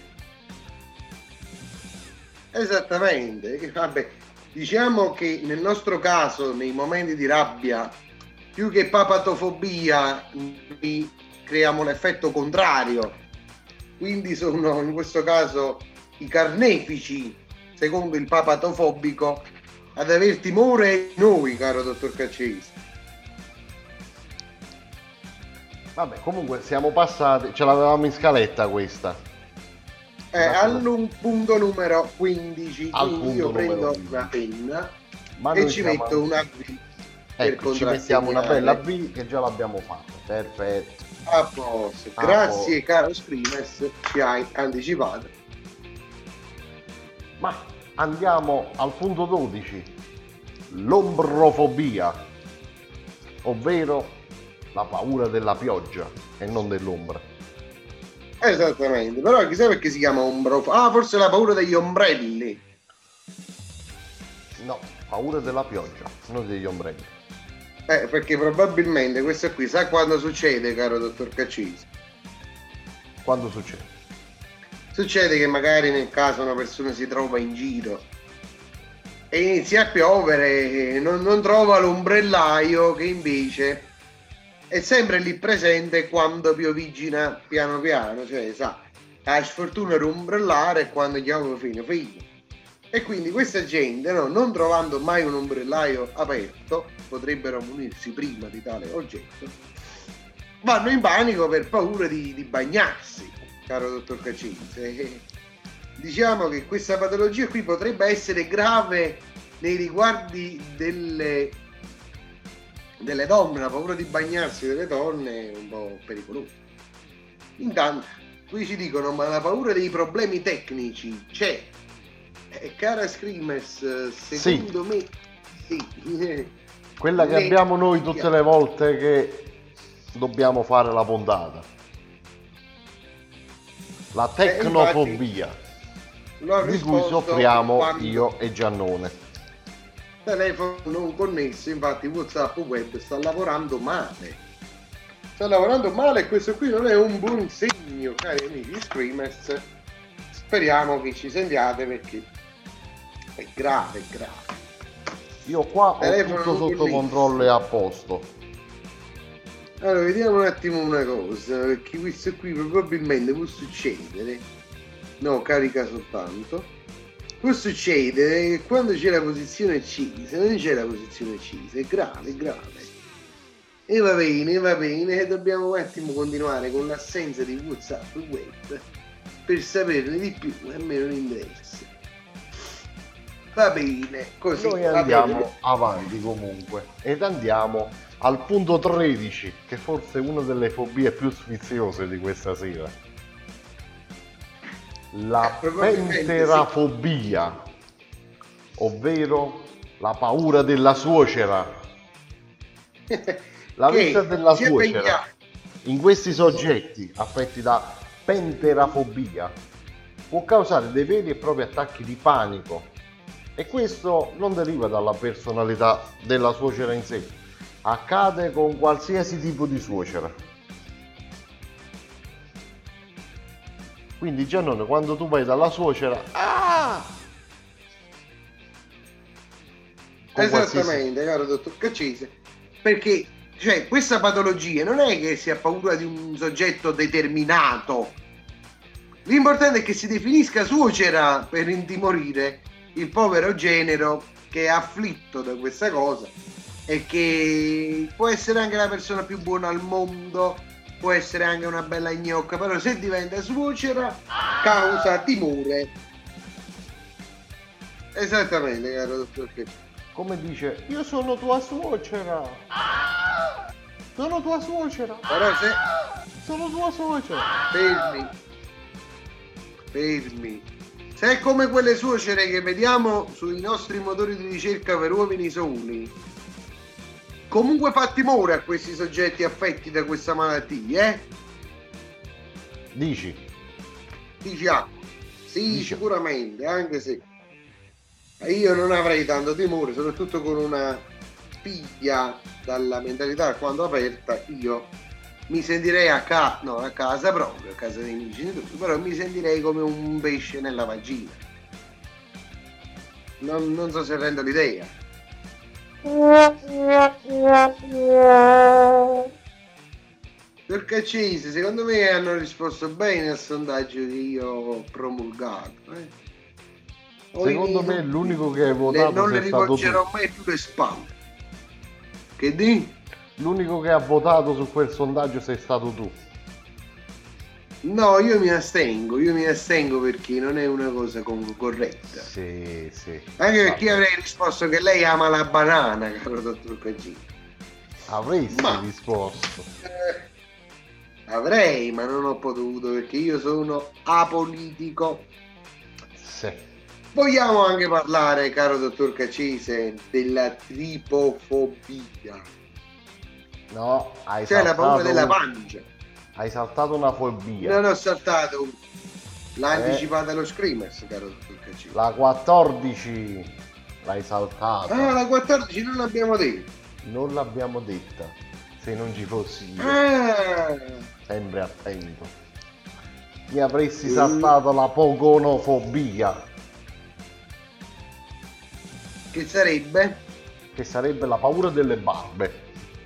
Esattamente. Vabbè, diciamo che nel nostro caso, nei momenti di rabbia, più che papatofobia, noi creiamo l'effetto contrario. Quindi sono in questo caso i carnefici, secondo il papatofobico, ad aver timore noi, caro dottor Caccesi. Vabbè, comunque siamo passati, ce l'avevamo in scaletta questa. Eh, al punto numero quindici, Al quindi punto io prendo numero quindici. una penna Ma e noi ci siamo- metto una V per Ecco, ci mettiamo una contrassegnare. bella B che già l'abbiamo fatta. Perfetto. A posto. A Grazie caro Screamers, ci hai anticipato. Ma andiamo al punto dodici, l'ombrofobia, ovvero la paura della pioggia e non dell'ombra. Esattamente, però chissà perché si chiama ombrofobia. Ah, forse la paura degli ombrelli. No, paura della pioggia, non degli ombrelli. Eh, perché probabilmente questo qui sa quando succede, caro dottor Caccisi? Quando succede? Succede che magari nel caso una persona si trova in giro e inizia a piovere e non, non trova l'ombrellaio, che invece è sempre lì presente quando piovigina piano piano, cioè sa, ha sfortuna di ombrellare quando chiama fine fine. E quindi questa gente, no, non trovando mai un ombrellaio aperto, potrebbero munirsi prima di tale oggetto, vanno in panico per paura di, di bagnarsi, caro dottor Caccini. E diciamo che questa patologia qui potrebbe essere grave nei riguardi delle, delle donne, la paura di bagnarsi delle donne è un po' pericolosa. Intanto, qui ci dicono, ma la paura dei problemi tecnici c'è. Eh, cara Screamers, secondo me sì. Quella che Le- abbiamo noi tutte le volte che dobbiamo fare la puntata. La tecnofobia, L'ho di cui risposto soffriamo quando io e Giannone. telefono non connesso, infatti WhatsApp web sta lavorando male. Sta lavorando male e questo qui non è un buon segno, cari amici Screamers. Speriamo che ci sentiate perché è grave, è grave. Io qua ho Telefono tutto non sotto connesso. controllo e a posto. Allora, vediamo un attimo una cosa, perché questo qui probabilmente può succedere. No, carica soltanto. Può succedere che quando c'è la posizione C, se non c'è la posizione C, è grave, è grave. E va bene, va bene, dobbiamo un attimo continuare con l'assenza di WhatsApp web per saperne di più, a me non interessa. Va bene, così. Noi va andiamo bene. avanti comunque ed andiamo al punto tredici, che forse è una delle fobie più sfiziose di questa sera. La Eh, probabilmente penterafobia, ovvero la paura della suocera. La Che vista della si è suocera impegnato. in questi soggetti affetti da penterafobia può causare dei veri e propri attacchi di panico, e questo non deriva dalla personalità della suocera in sé, accade con qualsiasi tipo di suocera. Quindi Giannone, quando tu vai dalla suocera, ah! Con Esattamente, caro dottor Caccese, perché cioè, questa patologia non è che si ha paura di un soggetto determinato, l'importante è che si definisca suocera per intimorire il povero genero che è afflitto da questa cosa e che può essere anche la persona più buona al mondo, può essere anche una bella gnocca, però se diventa suocera causa timore. Esattamente, caro dottor Caccese. come dice, io sono tua suocera, sono tua suocera, Però se sono tua suocera. fermi fermi se è come quelle suocere che vediamo sui nostri motori di ricerca per uomini soli, comunque fa timore a questi soggetti affetti da questa malattia, eh? Dici? Dici ah, sì, Dici. sicuramente, anche se io non avrei tanto timore, soprattutto con una figlia dalla mentalità alquanto aperta, io mi sentirei a, ca- no, a casa proprio, a casa dei miei genitori, però mi sentirei come un pesce nella vagina. Non, non so se rendo l'idea. Per Caccese, secondo me hanno risposto bene al sondaggio che io ho promulgato. Eh? Secondo me l'unico che hai le, votato non le sei stato tu. rivolgerò mai più le spalle. Che di? L'unico che ha votato su quel sondaggio sei stato tu. No, io mi astengo, io mi astengo perché non è una cosa con- corretta. Sì, sì. Anche perché io avrei risposto che lei ama la banana, caro dottor Caccini. Avresti Ma- risposto. Eh, avrei, ma non ho potuto perché io sono apolitico. Sì. Vogliamo anche parlare, caro dottor Caccese, della tripofobia, No, hai cioè la paura saltato, della pancia. hai saltato una fobia. Non ho saltato, l'ha Eh. anticipata lo Screamers, caro dottor Caccese. La quattordici l'hai saltata. Ah, la quattordici non l'abbiamo detto. Non l'abbiamo detta. Se non ci fossi io, Ah, sempre attento. Mi avresti Mm. saltato la pogonofobia, che sarebbe? che sarebbe la paura delle barbe.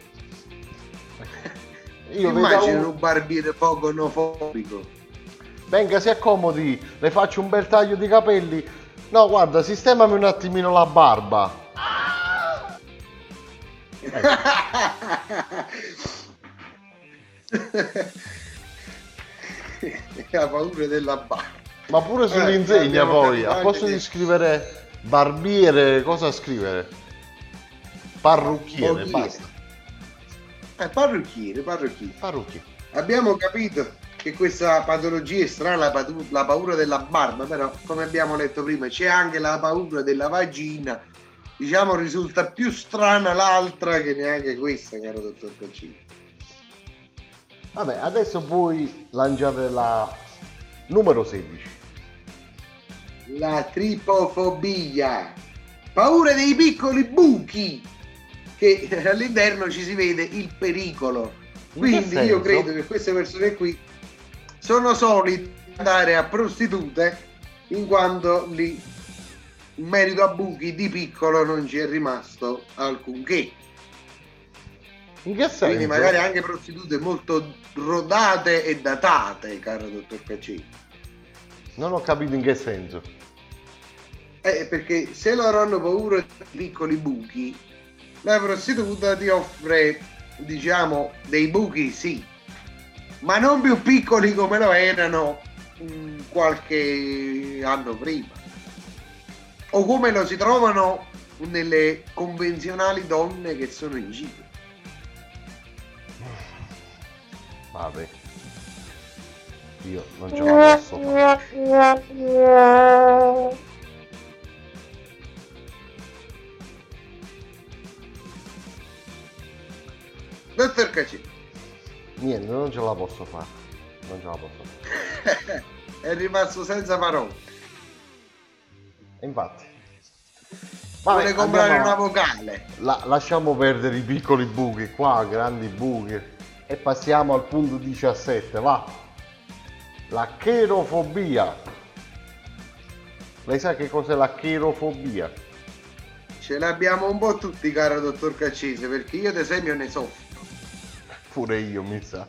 Io vedo Immagino un... un barbiere pogonofobico. Venga, si accomodi, le faccio un bel taglio di capelli. No, guarda, sistemami un attimino la barba. La paura della barba. Ma pure Eh, sull'insegna abbiamo poi, capito a anche posto di- di scrivere barbiere, cosa scrivere? Parrucchiere, Parrucchiere. basta. Eh, parrucchiere, parrucchiere. Parrucchiere. Abbiamo capito che questa patologia è strana, la, patu- la paura della barba, però come abbiamo detto prima c'è anche la paura della vagina. Diciamo risulta più strana l'altra che neanche questa, caro dottor Caccini. Vabbè, adesso puoi lanciare la numero sedici. La tripofobia, paura dei piccoli buchi, che all'interno ci si vede il pericolo. In che Quindi io senso? credo che queste persone qui sono solite andare a prostitute, in quanto lì in merito a buchi di piccolo non ci è rimasto alcunché. In che senso? Quindi magari anche prostitute molto rodate e datate, caro dottor Caccini. Non ho capito in che senso. Eh, perché se loro hanno paura di piccoli buchi, la prostituta ti offre diciamo, dei buchi sì, ma non più piccoli come lo erano mh, qualche anno prima, o come lo si trovano nelle convenzionali donne che sono in giro. Vabbè, io non ce la posso fare. Dottor Cacci. Niente, non ce la posso fare. Non ce la posso fare. È rimasto senza parole. Infatti. Vuole Vabbè, comprare andiamo- una vocale. La- lasciamo perdere i piccoli buchi qua, grandi buchi, e passiamo al punto diciassette, va. La cherofobia. Lei sa che cos'è la cherofobia? Ce l'abbiamo un po' tutti, caro dottor Caccese, perché io ad esempio ne soffro. Pure io, mi sa.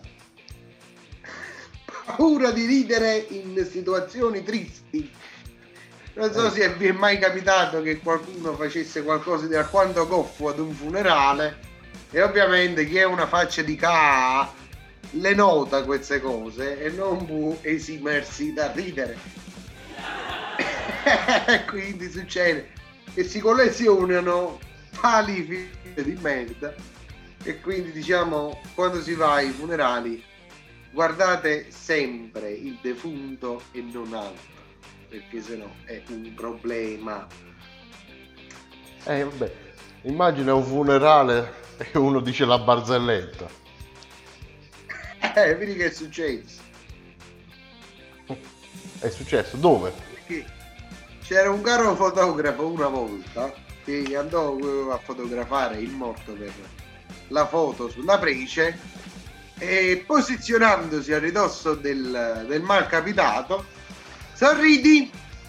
Paura di ridere in situazioni tristi. Non so Eh. se vi è mai capitato che qualcuno facesse qualcosa di alquanto goffo ad un funerale e ovviamente chi ha una faccia di ca le nota queste cose e non può esimersi da ridere. Quindi succede che si collezionano tali figure di merda e quindi diciamo quando si va ai funerali guardate sempre il defunto e non altro, perché sennò è un problema. Eh, vabbè, immagina un funerale e uno dice la barzelletta. Eh, vedi che è successo? È successo? Dove? Perché c'era un caro fotografo una volta che andò a fotografare il morto per la foto sulla prece e posizionandosi a ridosso del, del malcapitato sorridi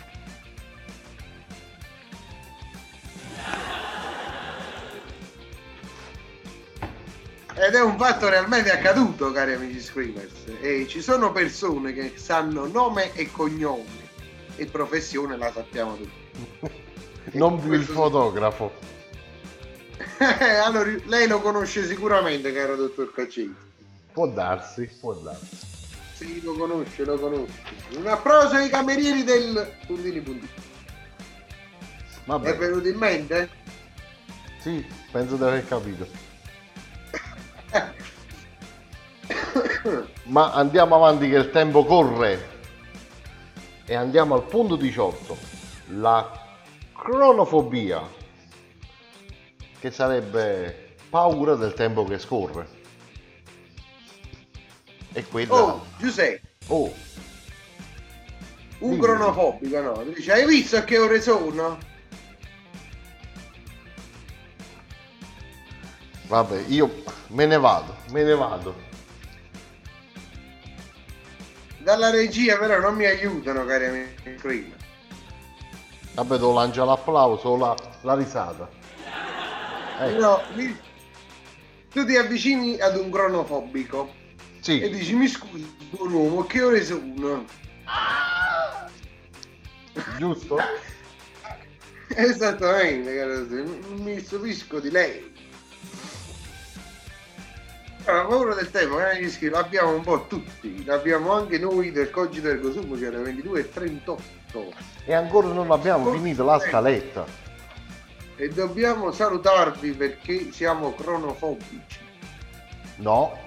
ed è un fatto realmente accaduto, cari amici Screamers, e ci sono persone che sanno nome e cognome e professione la sappiamo tutti. Non più il Questo- fotografo. allora, lei lo conosce sicuramente, caro dottor Caccini. Può darsi, può darsi. Sì, lo conosce, lo conosce. Un applauso ai camerieri del puntini puntini. Vabbè, È venuto in mente? sì, penso di aver capito. Ma andiamo avanti che il tempo corre e andiamo al punto diciotto, la cronofobia, che sarebbe paura del tempo che scorre. E quella Oh, Giuseppe, oh, un Dimmi. cronofobico, no? Dice, hai visto a che ore sono? vabbè, io me ne vado, me ne vado. Dalla regia però non mi aiutano, cari amici Screamer. Vabbè, devo lanciare l'applauso o la, la risata. Ecco. No, mi- tu ti avvicini ad un cronofobico e Sì, dici, mi scusi, buon uomo, che ore sono? giusto? Esattamente, caro, mi stupisco di lei. La paura del tempo, eh, l'abbiamo un po' tutti, l'abbiamo anche noi del Cogito Ergo Sum, che era ventidue e trentotto. E ancora non abbiamo finito la scaletta. E dobbiamo salutarvi perché siamo cronofobici. No.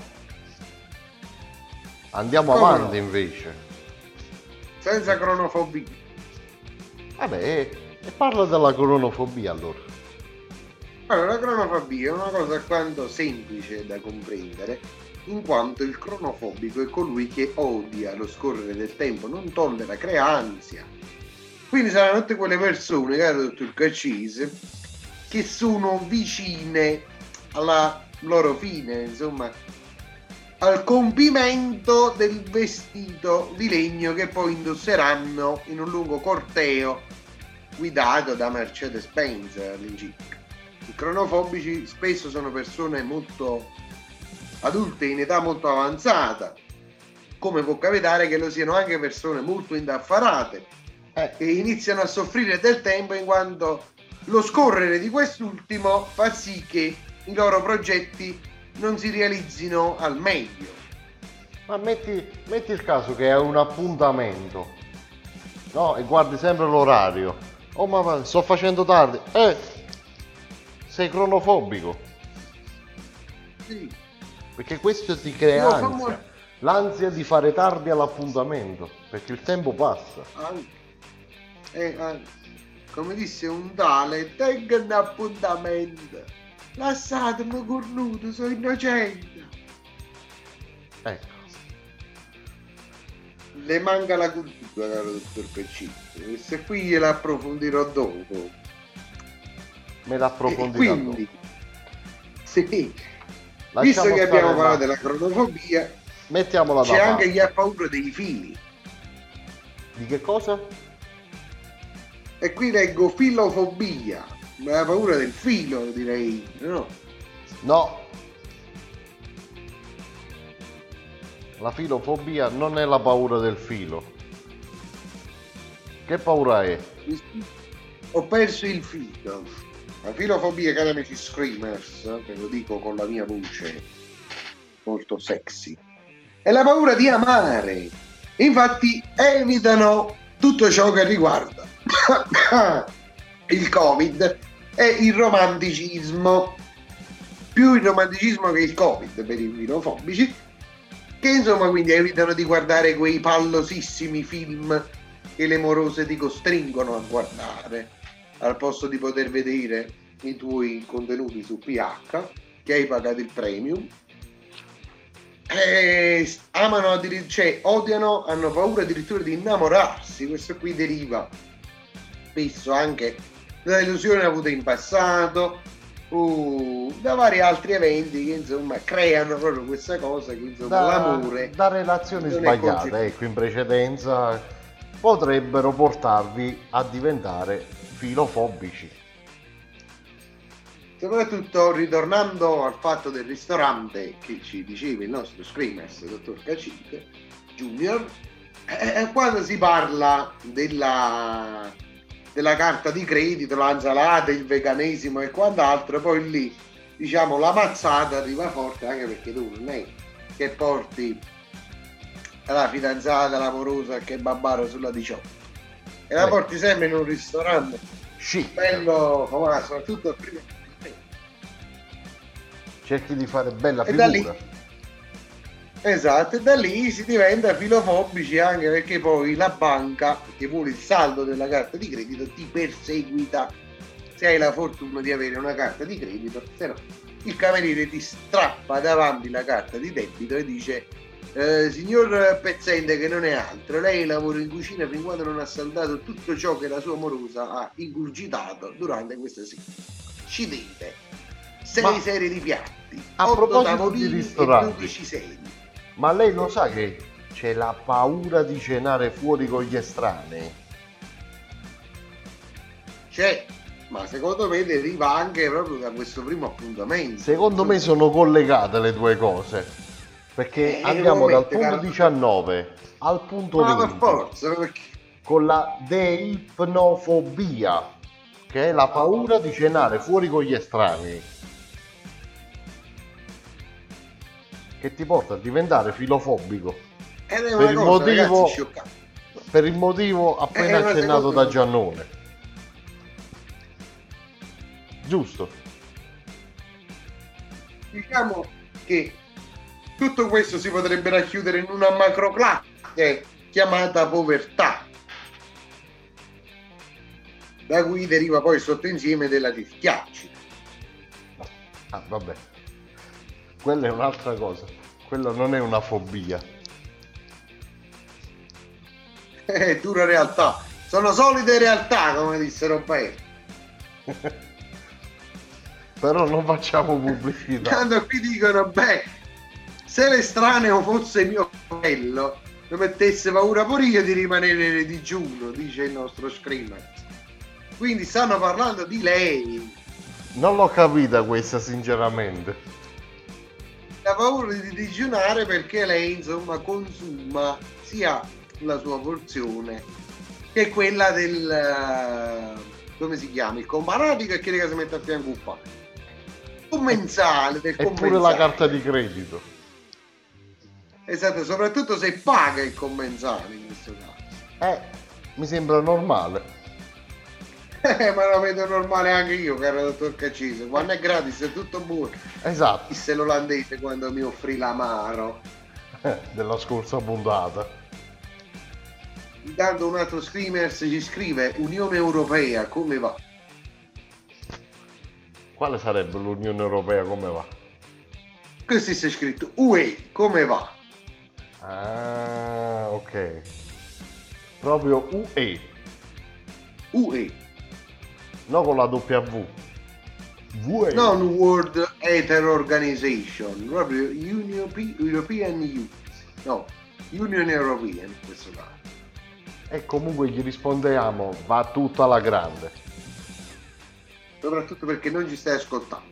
Andiamo Come avanti no? invece. Senza cronofobia. Vabbè, e, e parla della cronofobia allora. Allora, la cronofobia è una cosa alquanto semplice da comprendere, in quanto il cronofobico è colui che odia lo scorrere del tempo, non tollera, crea ansia. Quindi saranno tutte quelle persone, caro dottor Caccese, che sono vicine alla loro fine, insomma, al compimento del vestito di legno che poi indosseranno in un lungo corteo guidato da Mercedes-Benz all'incirca. I cronofobici spesso sono persone molto adulte, in età molto avanzata, come può capitare che lo siano anche persone molto indaffarate Eh, che iniziano a soffrire del tempo in quanto lo scorrere di quest'ultimo fa sì che i loro progetti non si realizzino al meglio. Ma metti, metti il caso che è un appuntamento, no? E guardi sempre l'orario. Oh mamma, sto facendo tardi. Eh, sei cronofobico. Sì. Perché questo ti crea Io ansia. famo- L'ansia di fare tardi all'appuntamento. Perché il tempo passa. Anche, eh, eh, come disse un tale, tenga un appuntamento, lasciatemi cornuto, sono innocente. Ecco. Le manca la cultura, caro dottor Peccino. Questa qui gliela approfondirò dopo. Me l'approfondirò. E quindi, sì, Lasciamo visto che stare abbiamo là. parlato della cronofobia, Mettiamola da c'è parte. anche chi ha paura dei fili. Di che cosa? E qui leggo filofobia, ma la paura del filo, direi, no? No. La filofobia non è la paura del filo. Che paura è? Ho perso il filo. La filofobia, cari amici screamers, ve lo dico con la mia voce molto sexy, è la paura di amare. Infatti evitano tutto ciò che riguarda il Covid e il romanticismo, più il romanticismo che il Covid per i filofobici, che insomma quindi evitano di guardare quei pallosissimi film che le morose ti costringono a guardare, al posto di poter vedere i tuoi contenuti su P H che hai pagato il premium. E amano addirittura, cioè odiano, hanno paura addirittura di innamorarsi. Questo qui deriva spesso anche da illusioni avute in passato, uh, da vari altri eventi che insomma creano proprio questa cosa che insomma Da, l'amore da relazioni non è sbagliate, conce- ecco, in precedenza potrebbero portarvi a diventare filofobici. Soprattutto ritornando al fatto del ristorante che ci diceva il nostro screamers, il dottor Cacinte Junior, eh, quando si parla della, della carta di credito, la insalata, il veganesimo e quant'altro, poi lì diciamo la mazzata arriva forte, anche perché tu non è che porti la fidanzata, l'amorosa, il kebabaro sulla diciotto, e la Eh. porti sempre in un ristorante Chic. bello, ma soprattutto il primo. Cerchi di fare bella E da lì- figura. Esatto, e da lì si diventa filofobici, anche perché poi la banca che vuole il saldo della carta di credito ti perseguita se hai la fortuna di avere una carta di credito, se no il cameriere ti strappa davanti la carta di debito e dice eh, signor pezzente, che non è altro, lei lavora in cucina fin quando non ha saldato tutto ciò che la sua amorosa ha ingurgitato durante questa sera. Ci deve sei Ma- serie di piatti, a otto proposito tavolini di e ristoranti. dodici sedie. Ma lei lo sa che c'è la paura di cenare fuori con gli estranei? C'è, ma secondo me deriva anche proprio da questo primo appuntamento. Secondo me sono collegate le due cose. Perché Eh, andiamo dal ovviamente, punto caro- diciannove al punto Ma per venti forza, perché con la deipnofobia, che è la paura di cenare fuori con gli estranei, che ti porta a diventare filofobico ed è per una il cosa, motivo- ragazzi, scioccante. per il motivo Eh, appena ma accennato secondo da me- Giannone. Giusto? Diciamo che tutto questo si potrebbe racchiudere in una macroclasse chiamata povertà, da cui deriva poi il sottoinsieme della dischiacci. Ah, vabbè. Quella è un'altra cosa. Quella non è una fobia. È dura realtà, sono solide realtà, come disse Roberto. Però non facciamo pubblicità. Quando qui dicono, beh, se l'estraneo fosse mio fratello, mi mettesse paura pure io di rimanere nel digiuno, dice il nostro screamer. Quindi stanno parlando di lei, Non l'ho capita questa, sinceramente. la paura di digiunare perché lei insomma consuma sia la sua porzione che quella del, come si chiama, il comparatico e quelli che si mette a fianco un pane. commensale del E pure commensale. la carta di credito. Esatto, soprattutto se paga il commensale in questo caso. Eh, mi sembra normale. Eh, ma lo vedo normale anche io, caro dottor Caccese. Quando è gratis è tutto buono. Esatto, Disse l'olandese quando mi offrì l'amaro. della scorsa puntata. Intanto un altro screamers ci scrive: Unione Europea, come va? Quale sarebbe l'Unione Europea, come va? Questo c'è scritto U E, come va? Ah, ok. Proprio U E, U E, no con la W. W E. non World Ether Organization, proprio Union, European Youth. No, Union European in questo caso. E comunque gli rispondiamo, va tutta alla grande. Soprattutto perché non ci stai ascoltando.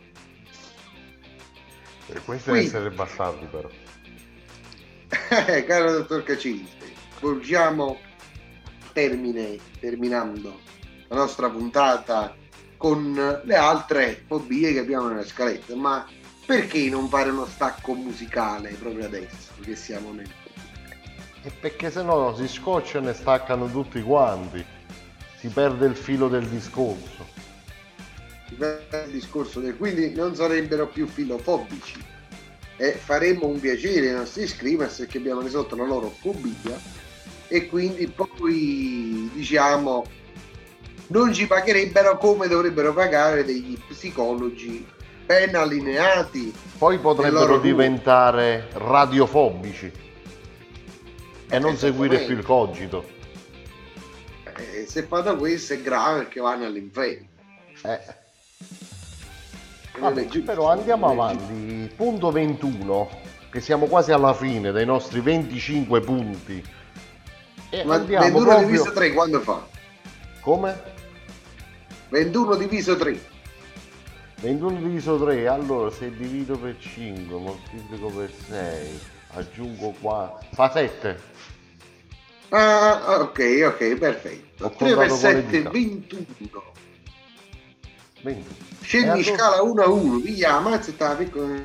E questo Qui. è essere bastardi però. Eh, caro dottor Caccese, volgiamo termine, terminando la nostra puntata con le altre fobie che abbiamo nella scaletta, ma perché non fare uno stacco musicale proprio adesso che siamo nel... E perché sennò si scocciano e staccano tutti quanti, si perde il filo del discorso. il discorso del quindi non sarebbero più filofobici e faremmo un piacere ai nostri screamers che abbiamo risolto la loro fobia e quindi poi diciamo non ci pagherebbero come dovrebbero pagare degli psicologi ben allineati. Poi potrebbero loro diventare radiofobici e non seguire più il cogito. Eh, se fanno questo è grave perché vanno all'inferno. Eh. Non Vabbè, è giusto, però andiamo non è giusto. avanti. Punto ventuno, che siamo quasi alla fine dei nostri venticinque punti. E Ma andiamo ventuno proprio... diviso tre quando fa? Come? ventuno diviso tre. ventuno diviso tre, allora se divido per cinque, moltiplico per sei, aggiungo qua, fa sette. Ah, ok, ok, perfetto. Ho tre per contato con le sette, dita. ventuno. venti. Scendi E in allora- scala uno a uno, piglia la mazza e te la piccola.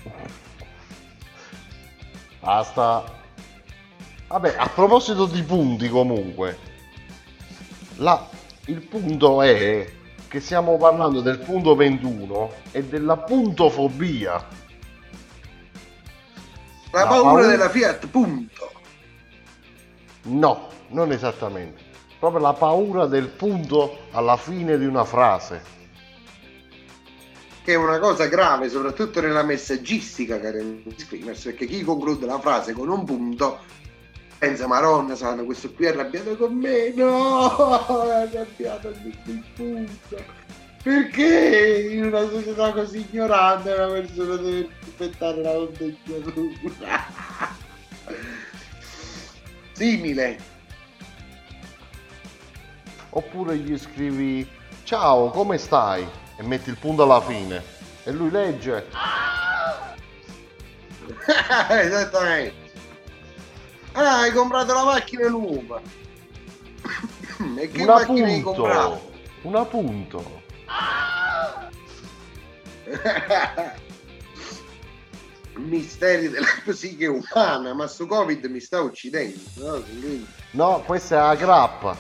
Basta. Vabbè, a proposito di punti comunque, la, il punto è che stiamo parlando del punto ventuno e della puntofobia. La La paura paura- della Fiat, punto. No, non esattamente. Proprio la paura del punto alla fine di una frase. Che è una cosa grave, soprattutto nella messaggistica, cari screamers, perché chi conclude la frase con un punto pensa, Maronna, sanno, questo qui è arrabbiato con me. No, è arrabbiato con il punto. Perché in una società così ignorante una persona deve rispettare la conteggiatura? Simile. Oppure gli scrivi ciao, come stai? E metti il punto alla fine. E lui legge. Esattamente. Ah, hai comprato la macchina nuova. E che Un macchina hai comprato? appunto. Un appunto. Misteri della psiche umana, ma sto Covid mi sta uccidendo. No, quindi- No, questa è la grappa.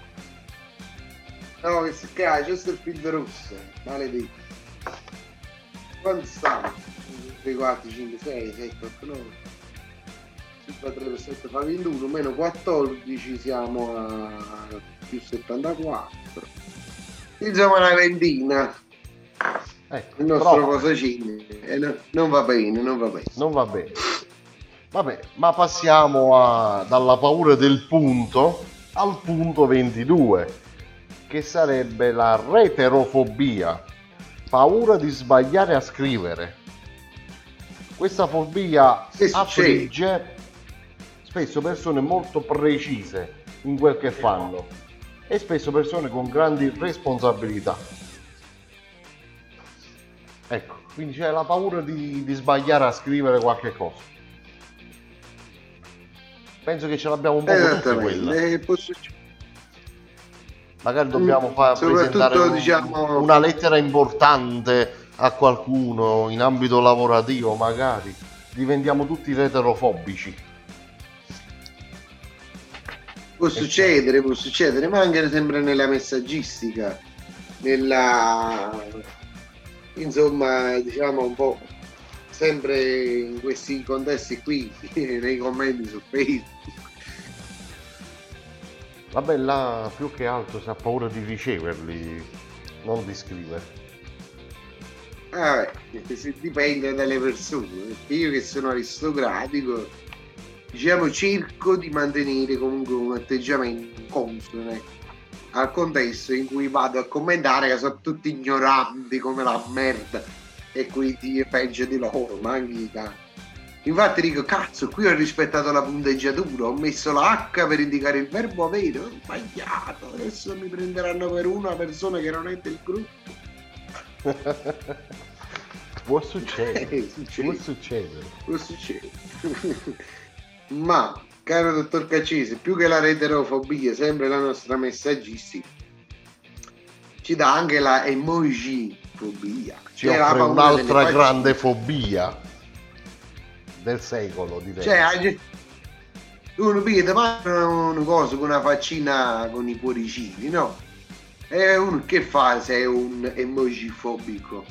no che si cade, c'è sto il filo rosso, maledetto. Quanti stanno? due, quattro, cinque, sei, sette, otto, nove. tre per sette fa ventuno, meno quattordici siamo a più settantaquattro. Insomma una ventina. Ecco, Il nostro prova. posacino. E no- non va bene, non va bene. Non va bene. Vabbè, ma passiamo a, dalla paura del punto al punto ventidue, che sarebbe la reterofobia, paura di sbagliare a scrivere. Questa fobia Che succede? affligge spesso persone molto precise in quel che fanno e spesso persone con grandi responsabilità. Ecco, quindi c'è la paura di, di sbagliare a scrivere qualche cosa. Penso che ce l'abbiamo un po' tutti quella. Esattamente. Eh, posso- Magari dobbiamo far Soprattutto, presentare un- diciamo- una lettera importante a qualcuno in ambito lavorativo, magari diventiamo tutti eterofobici. Può succedere, può succedere, ma anche sempre nella messaggistica, nella, insomma, diciamo un po' sempre in questi contesti qui, nei commenti su Facebook. Vabbè, là più che altro si ha paura di riceverli, non di scrivere. Ah, beh, si dipende dalle persone, perché io che sono aristocratico, diciamo, cerco di mantenere comunque un atteggiamento consone al contesto in cui vado a commentare, che sono tutti ignoranti come la merda e quindi è peggio di loro, ma anche da... Infatti dico, cazzo, qui ho rispettato la punteggiatura, ho messo la H per indicare il verbo avere, ho sbagliato, adesso mi prenderanno per una persona che non è del gruppo. Può succedere, Eh, succede. può succedere. Può succedere. Ma, caro dottor Caccese, più che la reterofobia, sempre la nostra messaggistica, ci dà anche la emoji-fobia. Ci Cioè, la offre paura un'altra delle grande faccine. fobia del secolo, direi. Cioè, anche- uno piglia una, una cosa con una faccina con i cuoricini, no? E uno che fa se è un emoji-fobico?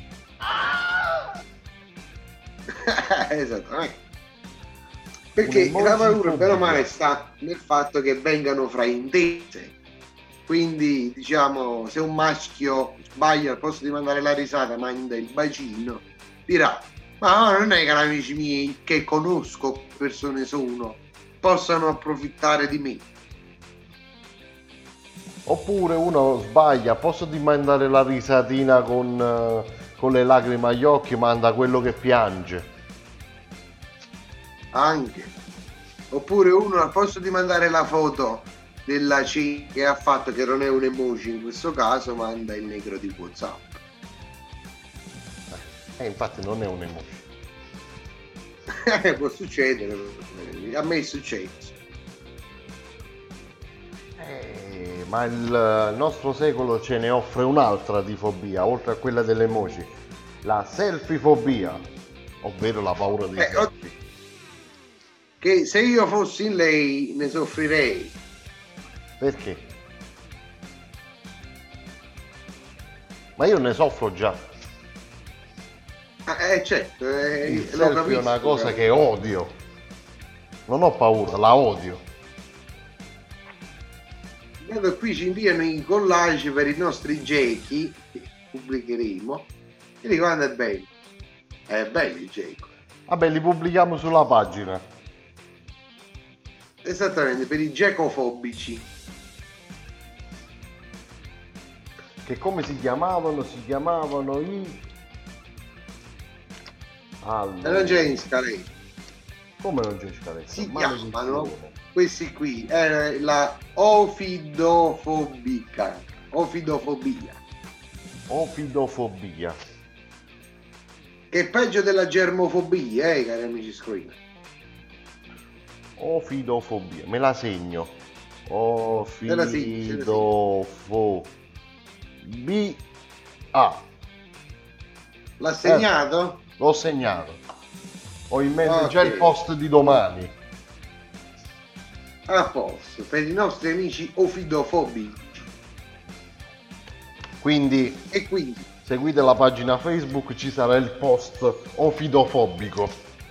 Esattamente. Perché Un la paura emoji-fobia. però male sta nel fatto che vengano fraintese. Quindi diciamo, se un maschio sbaglia al posto di mandare la risata manda il bacino, dirà: ma non è che gli amici miei che conosco persone sono possano approfittare di me. Oppure uno sbaglia, al posto di mandare la risatina con, eh, con le lacrime agli occhi, manda quello che piange. Anche. Oppure uno al posto di mandare la foto della C che ha fatto, che non è un emoji in questo caso, manda il negro di WhatsApp. Eh, infatti non è un emoji. Può succedere, a me è successo. Eh, ma il nostro secolo ce ne offre un'altra di fobia, oltre a quella dell'emoji, la selfie-fobia, ovvero la paura di Eh, selfie. Che se io fossi in lei ne soffrirei. Perché? Ma io ne soffro già. Eh certo, eh, Il lo selfie è capisco, una cosa però. che odio. Non ho paura, la odio. Vedo qui ci inviano i collage per i nostri gechi che pubblicheremo e dico guarda è bello. È bello il geco. Vabbè, li pubblichiamo sulla pagina. Esattamente, per i gecofobici. Che come si chiamavano? Si chiamavano i... Allora, E non c'è in scaletta. come non c'è scaletta? Si Maledizione. chiamano questi qui, è la ofidofobica. Ofidofobia. Ofidofobia. Che è peggio della germofobia, eh, cari amici screen. Ofidofobia. Me la segno. Se la segni, se la segni. Ofidofobia. Ah, L'ha segnato? l'ho segnato. Ho in mente già Ok. il post di domani. A posto, per i nostri amici ofidofobici. Quindi E quindi, seguite la pagina Facebook, ci sarà il post ofidofobico.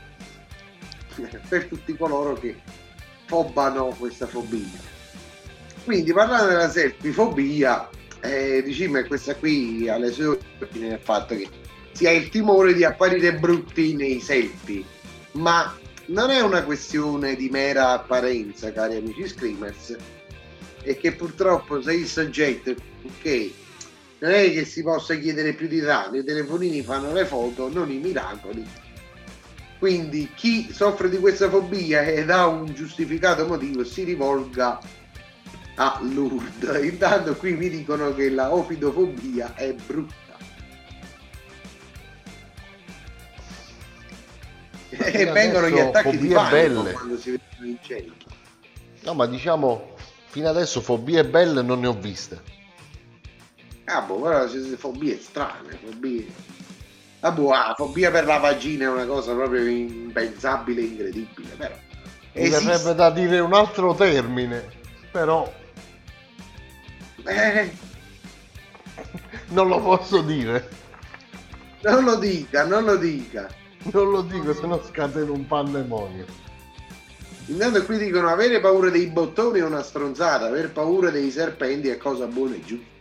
per tutti coloro che fobano questa fobia. Quindi parlando della selfie-fobia, eh, diciamo che questa qui ha le sue origini nel fatto che si ha il timore di apparire brutti nei selfie, ma non è una questione di mera apparenza, cari amici screamers, è che purtroppo se il soggetto, ok, non è che si possa chiedere più di tanto, i telefonini fanno le foto, non i miracoli. Quindi chi soffre di questa fobia ed ha un giustificato motivo si rivolga a Lourdes. Intanto qui mi dicono che la ofidofobia è brutta. E vengono gli attacchi di fobie panico belle. quando si vedono i cieli. No, ma diciamo, fino adesso fobie belle non ne ho viste. Ah boh, però ci sono fobie strane, fobie... La buona fobia per la vagina è una cosa proprio impensabile e incredibile, però Mi verrebbe da dire un altro termine, però Eh, non lo posso dire. non lo dica, non lo dica. Non lo dico, se no scateno un pandemonio. Intanto qui dicono avere paura dei bottoni è una stronzata, aver paura dei serpenti è cosa buona e giusta.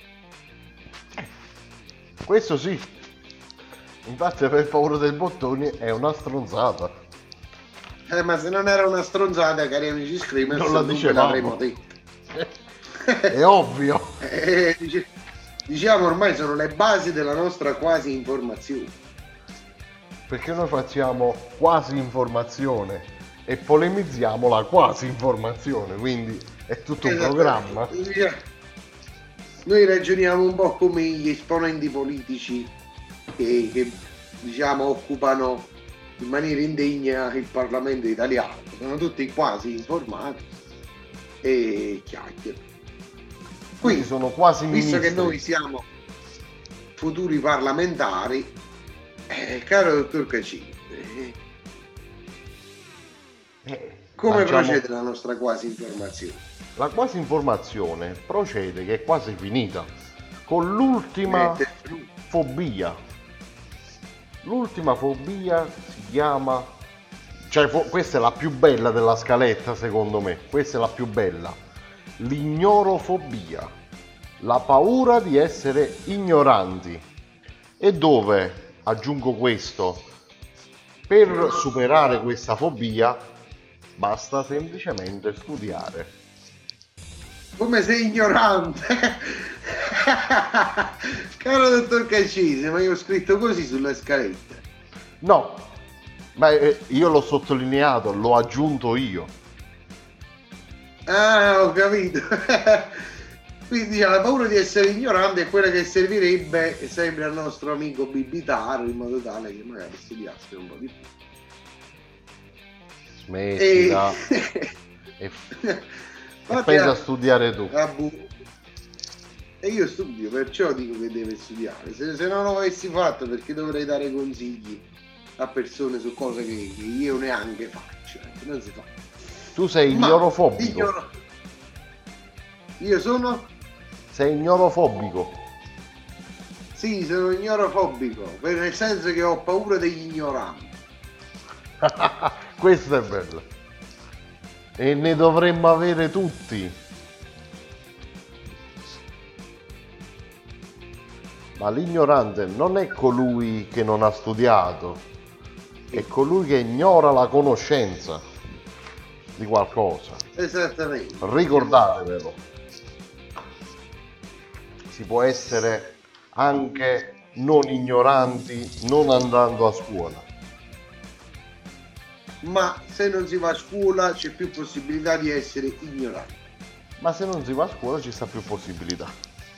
Questo sì. Infatti aver paura dei bottoni è una stronzata. Eh, ma se non era una stronzata, cari amici Screamers, Non la dunque dicevamo. l'avremmo detto. È ovvio. Eh, dice- diciamo ormai sono le basi della nostra quasi informazione. Perché noi facciamo quasi informazione e polemizziamo la quasi informazione, quindi è tutto un Esatto. programma. Noi ragioniamo un po' come gli esponenti politici che, che diciamo occupano in maniera indegna il Parlamento italiano. Sono tutti quasi informati e chiacchiere. Quindi Quindi, sono quasi visto che ministri. noi siamo futuri parlamentari, eh, caro dottor Cacini, eh, Eh, come facciamo- procede la nostra quasi informazione? La quasi informazione procede che è quasi finita con l'ultima Eh, fobia. L'ultima fobia si chiama, cioè fo- questa è la più bella della scaletta secondo me, questa è la più bella. L'ignorofobia, la paura di essere ignoranti. E dove, aggiungo questo, per superare questa fobia basta semplicemente studiare. Come sei ignorante! Caro dottor Caccese, ma io ho scritto così sulla scaletta. No, ma eh, io l'ho sottolineato, l'ho aggiunto io. Ah, ho capito. Quindi la paura di essere ignorante è quella che servirebbe sempre al nostro amico Bibitaro in modo tale che magari studiasse un po' di più. Smettila e, e pensa a studiare tu. Ah, bu- E io studio, perciò dico che deve studiare. Se, se non lo avessi fatto, perché dovrei dare consigli a persone su cose che, che io neanche faccio. eh, Non si fa. Tu sei Ma ignorofobico. ignoro- Io sono? Sei ignorofobico. Sì, sono ignorofobico, per- nel senso che ho paura degli ignoranti. Questo è bello. E ne dovremmo avere tutti. Ma l'ignorante non è colui che non ha studiato, è colui che ignora la conoscenza di qualcosa. Esattamente. Ricordatevelo. Si può essere anche non ignoranti non andando a scuola. Ma se non si va a scuola c'è più possibilità di essere ignoranti. Ma se non si va a scuola ci sta più possibilità.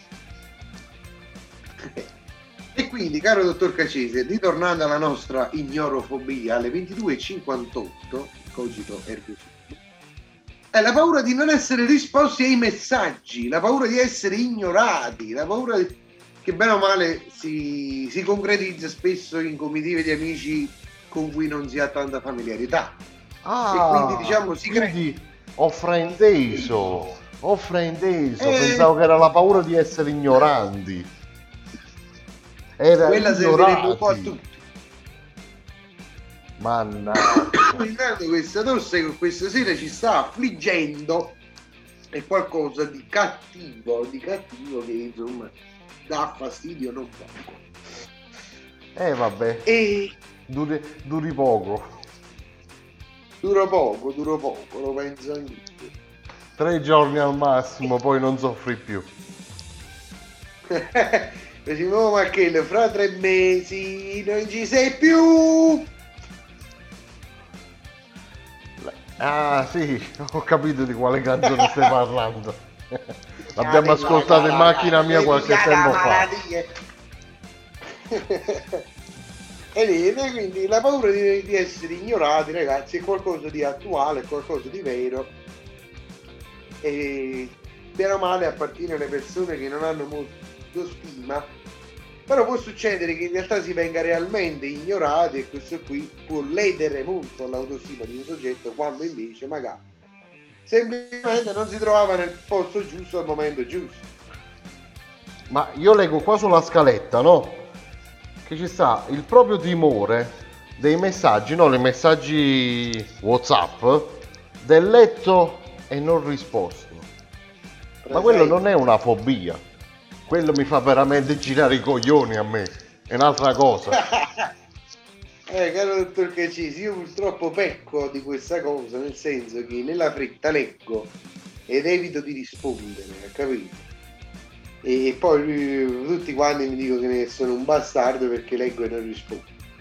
E quindi, caro dottor Caccese, ritornando alla nostra ignorofobia alle ventidue e cinquantotto, cogito ergo sum, è la paura di non essere risposti ai messaggi, la paura di essere ignorati, la paura di- che bene o male si, si concretizza spesso in comitive di amici con cui non si ha tanta familiarità. Ah, E quindi, diciamo, si crea- quindi ho frainteso, ho frainteso, Eh. pensavo che era la paura di essere ignoranti. Era Quella servirebbe un po' a ignorati. tutti. Mannaggia. Intanto questa tosse che questa sera ci sta affliggendo è qualcosa di cattivo, di cattivo che insomma dà fastidio non poco. Eh vabbè, E duri, duri poco. dura poco, dura poco, lo penso anch'io. Tre giorni al massimo, poi non soffri più. Diciamo, ma che fra tre mesi non ci sei più. Ah sì, ho capito di quale canzone stai parlando. L'abbiamo ascoltata in macchina mia qualche tempo fa. E bene, quindi la paura di, di essere ignorati, ragazzi, è qualcosa di attuale, è qualcosa di vero. E bene o male appartiene alle persone che non hanno molto stima Però può succedere che in realtà si venga realmente ignorati e questo qui può ledere molto l'autostima di un soggetto, quando invece magari semplicemente non si trovava nel posto giusto al momento giusto. Ma io leggo qua sulla scaletta, no? Che ci sta il proprio timore dei messaggi, no? I messaggi WhatsApp del letto e non risposto. Ma quello non è una fobia. Quello mi fa veramente girare i coglioni a me. È un'altra cosa. Eh, caro dottor Cacisi, io purtroppo pecco di questa cosa, nel senso che nella fretta leggo ed evito di rispondere, capito? E poi eh, tutti quanti mi dicono che sono un bastardo perché leggo e non rispondo.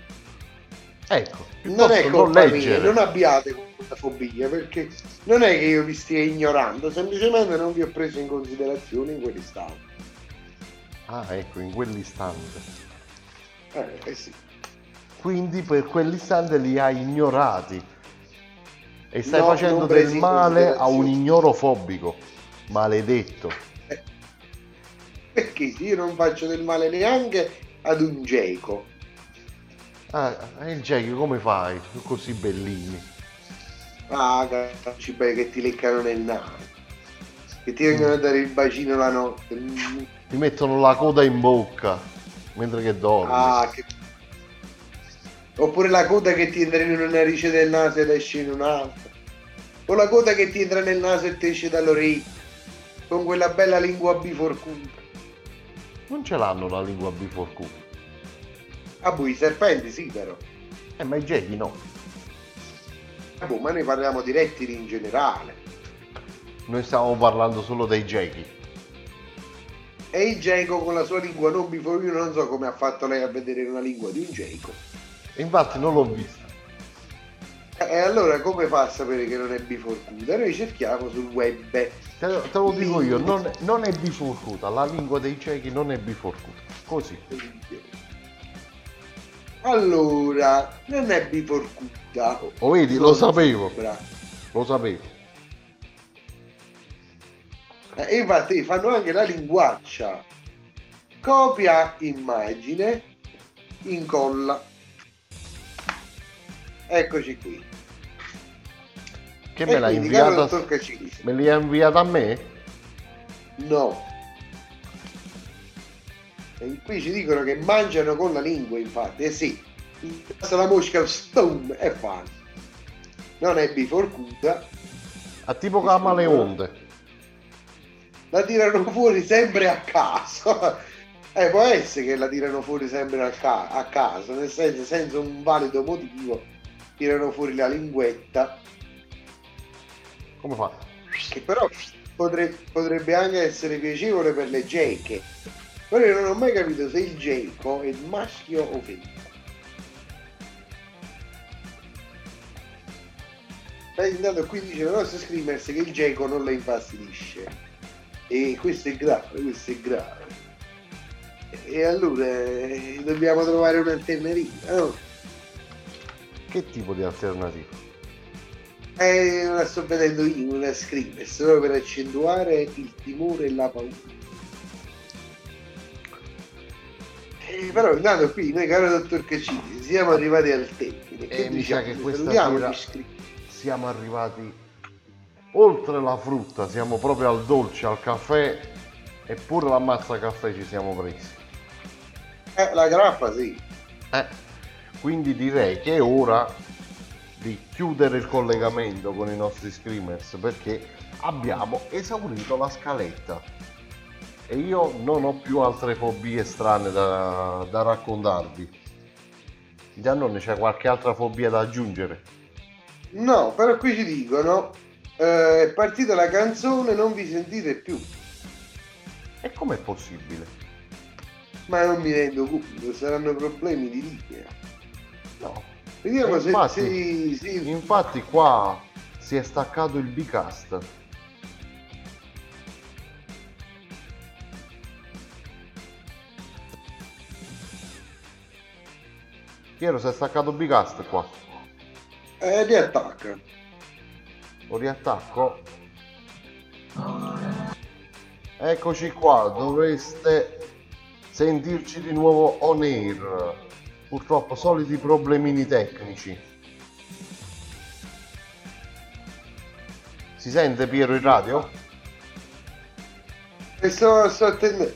Ecco, Non è non colpa mia, leggere. non abbiate questa fobia, perché non è che io vi stia ignorando, semplicemente non vi ho preso in considerazione in quell'istante. Ah, ecco, in quell'istante. Eh, eh sì. Quindi per quell'istante li hai ignorati. E stai No, facendo non del presi in male a un considerazione. ignorofobico. Maledetto. Perché io non faccio del male neanche ad un geco. Ah, e il Jackie come fai? Sono così bellini. Ah, cacci beh, che ti leccano nel naso. Che ti vengono a dare il bacino la notte. Mm. Ti mettono la coda in bocca mentre che dormi. Ah, che... Oppure la coda che ti entra in una narice del naso ed esce in un'altra. O la coda che ti entra nel naso e ti esce dall'orecchio. Con quella bella lingua biforcuta. Non ce l'hanno la lingua biforcuta. Ah, boh, i serpenti sì, però. Eh, ma i Jackie no. Ah, boh, ma noi parliamo di rettili in generale. Noi stiamo parlando solo dei Jackie. E il geco con la sua lingua non biforcuta, io non so come ha fatto lei a vedere una lingua di un geco. Infatti non l'ho vista. E allora come fa a sapere che non è biforcuta? Noi cerchiamo sul web. Te, te lo dico io, non, non è biforcuta. La lingua dei Jackie non è biforcuta. Così. Allora, non è biforcuta. Lo vedi? Lo sapevo. Bravo. Lo sapevo. E infatti fanno anche la linguaccia. Copia immagine, incolla. Eccoci qui. Che E me l'hai quindi, caro inviata? dottor Cacisi, Me l'hai inviata a me? no. E qui ci dicono che mangiano con la lingua, infatti. E sì, se la mosca stone e fanno. Non è biforcuta. A tipo camaleonte. La tirano fuori sempre a caso. Eh, può essere che la tirano fuori sempre a, ca- a caso, nel senso senza un valido motivo, tirano fuori la linguetta, Come fa? che però potre- potrebbe anche essere piacevole per le geche. Però io non ho mai capito se il geco è maschio o femmina. Beh, intanto qui dice la nostra screamers che il geco non la infastidisce. E questo è grave, questo è grave. E allora eh, dobbiamo trovare un'alternativa, no? Che tipo di alternativa? Eh, non la sto vedendo io, una scrivere, solo per accentuare il timore e la paura. Eh, però intanto qui noi, caro dottor Cacini, siamo arrivati al termine. Eh, mi sa che questa salutiamo sera gli iscritti. siamo arrivati oltre la frutta, siamo proprio al dolce, al caffè, eppure l'ammazza caffè ci siamo presi. Eh, la grappa sì. Eh, quindi direi che è ora di chiudere il collegamento con i nostri screamers perché abbiamo esaurito la scaletta e io non ho più altre fobie strane da, da raccontarvi. Giannone, c'è qualche altra fobia da aggiungere? No, però qui ci dicono eh, è partita la canzone, non vi sentite più. E com'è possibile? Ma non mi rendo conto, saranno problemi di linea. No. Vediamo se, Infatti, se, se- infatti qua si è staccato il bicast. Piero, si è staccato il bicast qua. eh, riattacca. Lo riattacco. Eccoci qua, dovreste sentirci di nuovo on air. Purtroppo soliti problemini tecnici. Si sente Piero in radio? Sto, sto attendendo.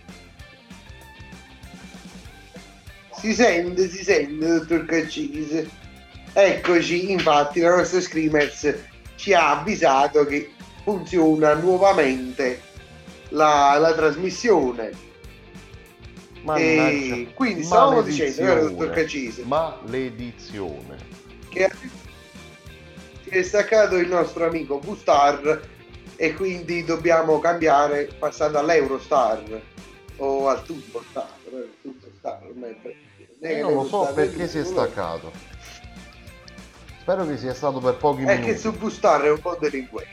Si sente, si sente, dottor Caccisi. Eccoci, infatti la nostra Screamers ci ha avvisato che funziona nuovamente la, la trasmissione. Mannaggia, e quindi stavamo maledizione, dicendo, vero, dottor Caccisi? Maledizione. Che è staccato il nostro amico V-Star e quindi dobbiamo cambiare passando all'Eurostar o al Turbostar. Turbostar ormai eh, non lo so perché si è staccato. Spero che sia stato per pochi è minuti. È che su V-Star è un po' delinquente.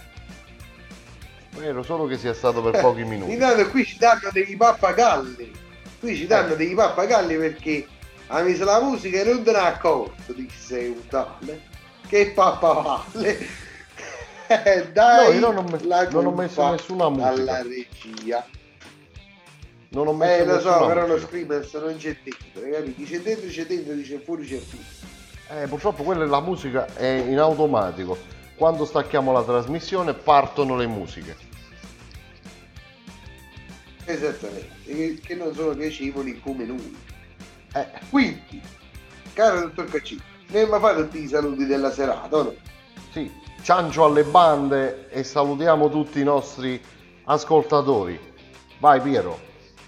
Spero solo che sia stato per pochi minuti. Intanto qui ci danno dei pappagalli. Qui ci danno eh. dei pappagalli perché ha messo la musica e non te ne ha accorto, disse un tale. Che pappagalli. Eh, dai, no, io non, me- non ho messo nessuna musica. Alla regia. Non ho messo eh, lo so, musica. però lo Screamers non c'è dentro, ragazzi. Chi c'è dentro, c'è dentro, dice fuori, c'è fuori. Eh, purtroppo quella è la musica è in automatico. Quando stacchiamo la trasmissione partono le musiche. Esattamente, che non sono piacevoli come noi. Eh. Quindi, caro dottor Caccini, andiamo a fare tutti i saluti della serata, no? Sì, ciancio alle bande e salutiamo tutti i nostri ascoltatori. Vai Piero.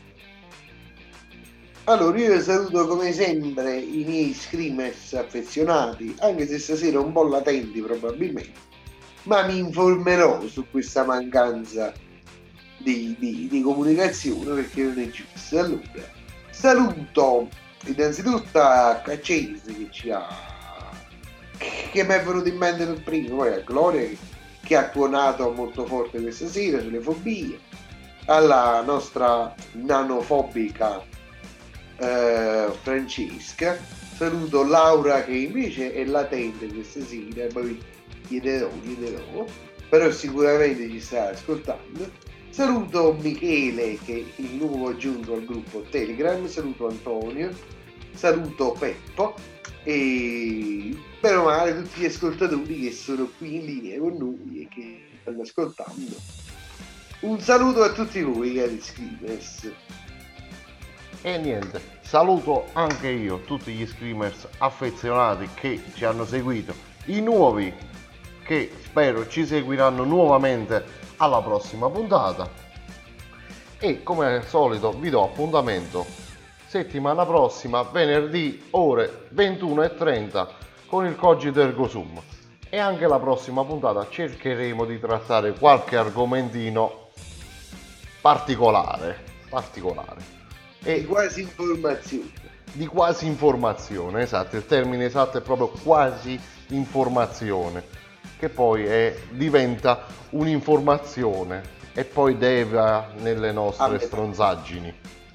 Allora, io saluto come sempre i miei Screamers affezionati, anche se stasera un po' latenti probabilmente, ma mi informerò su questa mancanza di, di, di comunicazione perché non è giusto. Allora, saluto innanzitutto a Caccesi che ci ha che mi è venuto in mente per primo, poi a Gloria che, che ha tuonato molto forte questa sera sulle fobie, alla nostra nanofobica Uh, Francesca, saluto Laura che invece è latente questa sera, poi chiederò, chiederò, però sicuramente ci sta ascoltando. Saluto Michele che è il nuovo aggiunto al gruppo Telegram, saluto Antonio, saluto Peppo e meno male tutti gli ascoltatori che sono qui in linea con noi e che stanno ascoltando. Un saluto a tutti voi cari Screamers. E niente, saluto anche io tutti gli Screamers affezionati che ci hanno seguito, i nuovi che spero ci seguiranno nuovamente alla prossima puntata e come al solito vi do appuntamento settimana prossima venerdì ore ventuno e trenta con il Cogito Ergo Sum e anche la prossima puntata cercheremo di trattare qualche argomentino particolare particolare e di quasi informazione di quasi informazione, esatto, il termine esatto è proprio quasi informazione, che poi è, diventa un'informazione e poi deva nelle nostre stronzaggini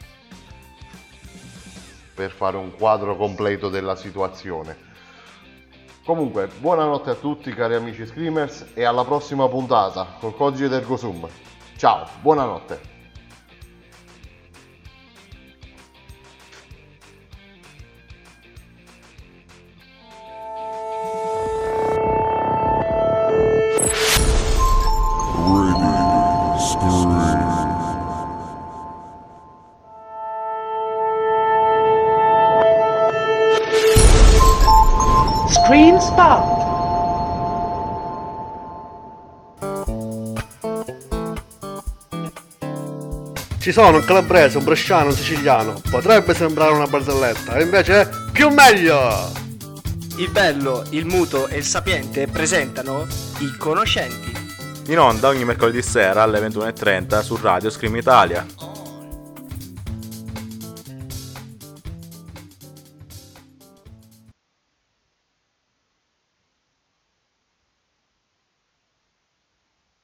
per fare un quadro completo della situazione. Comunque buonanotte a tutti cari amici Screamers e alla prossima puntata col Cogito Ergo Sum. Ciao, buonanotte. Screen Spot. Ci sono un calabrese, un bresciano, un siciliano. Potrebbe sembrare una barzelletta, e invece è più meglio! Il bello, il muto e il sapiente presentano I Conoscenti. In onda ogni mercoledì sera alle ventuno e trenta su Radio Scream Italia.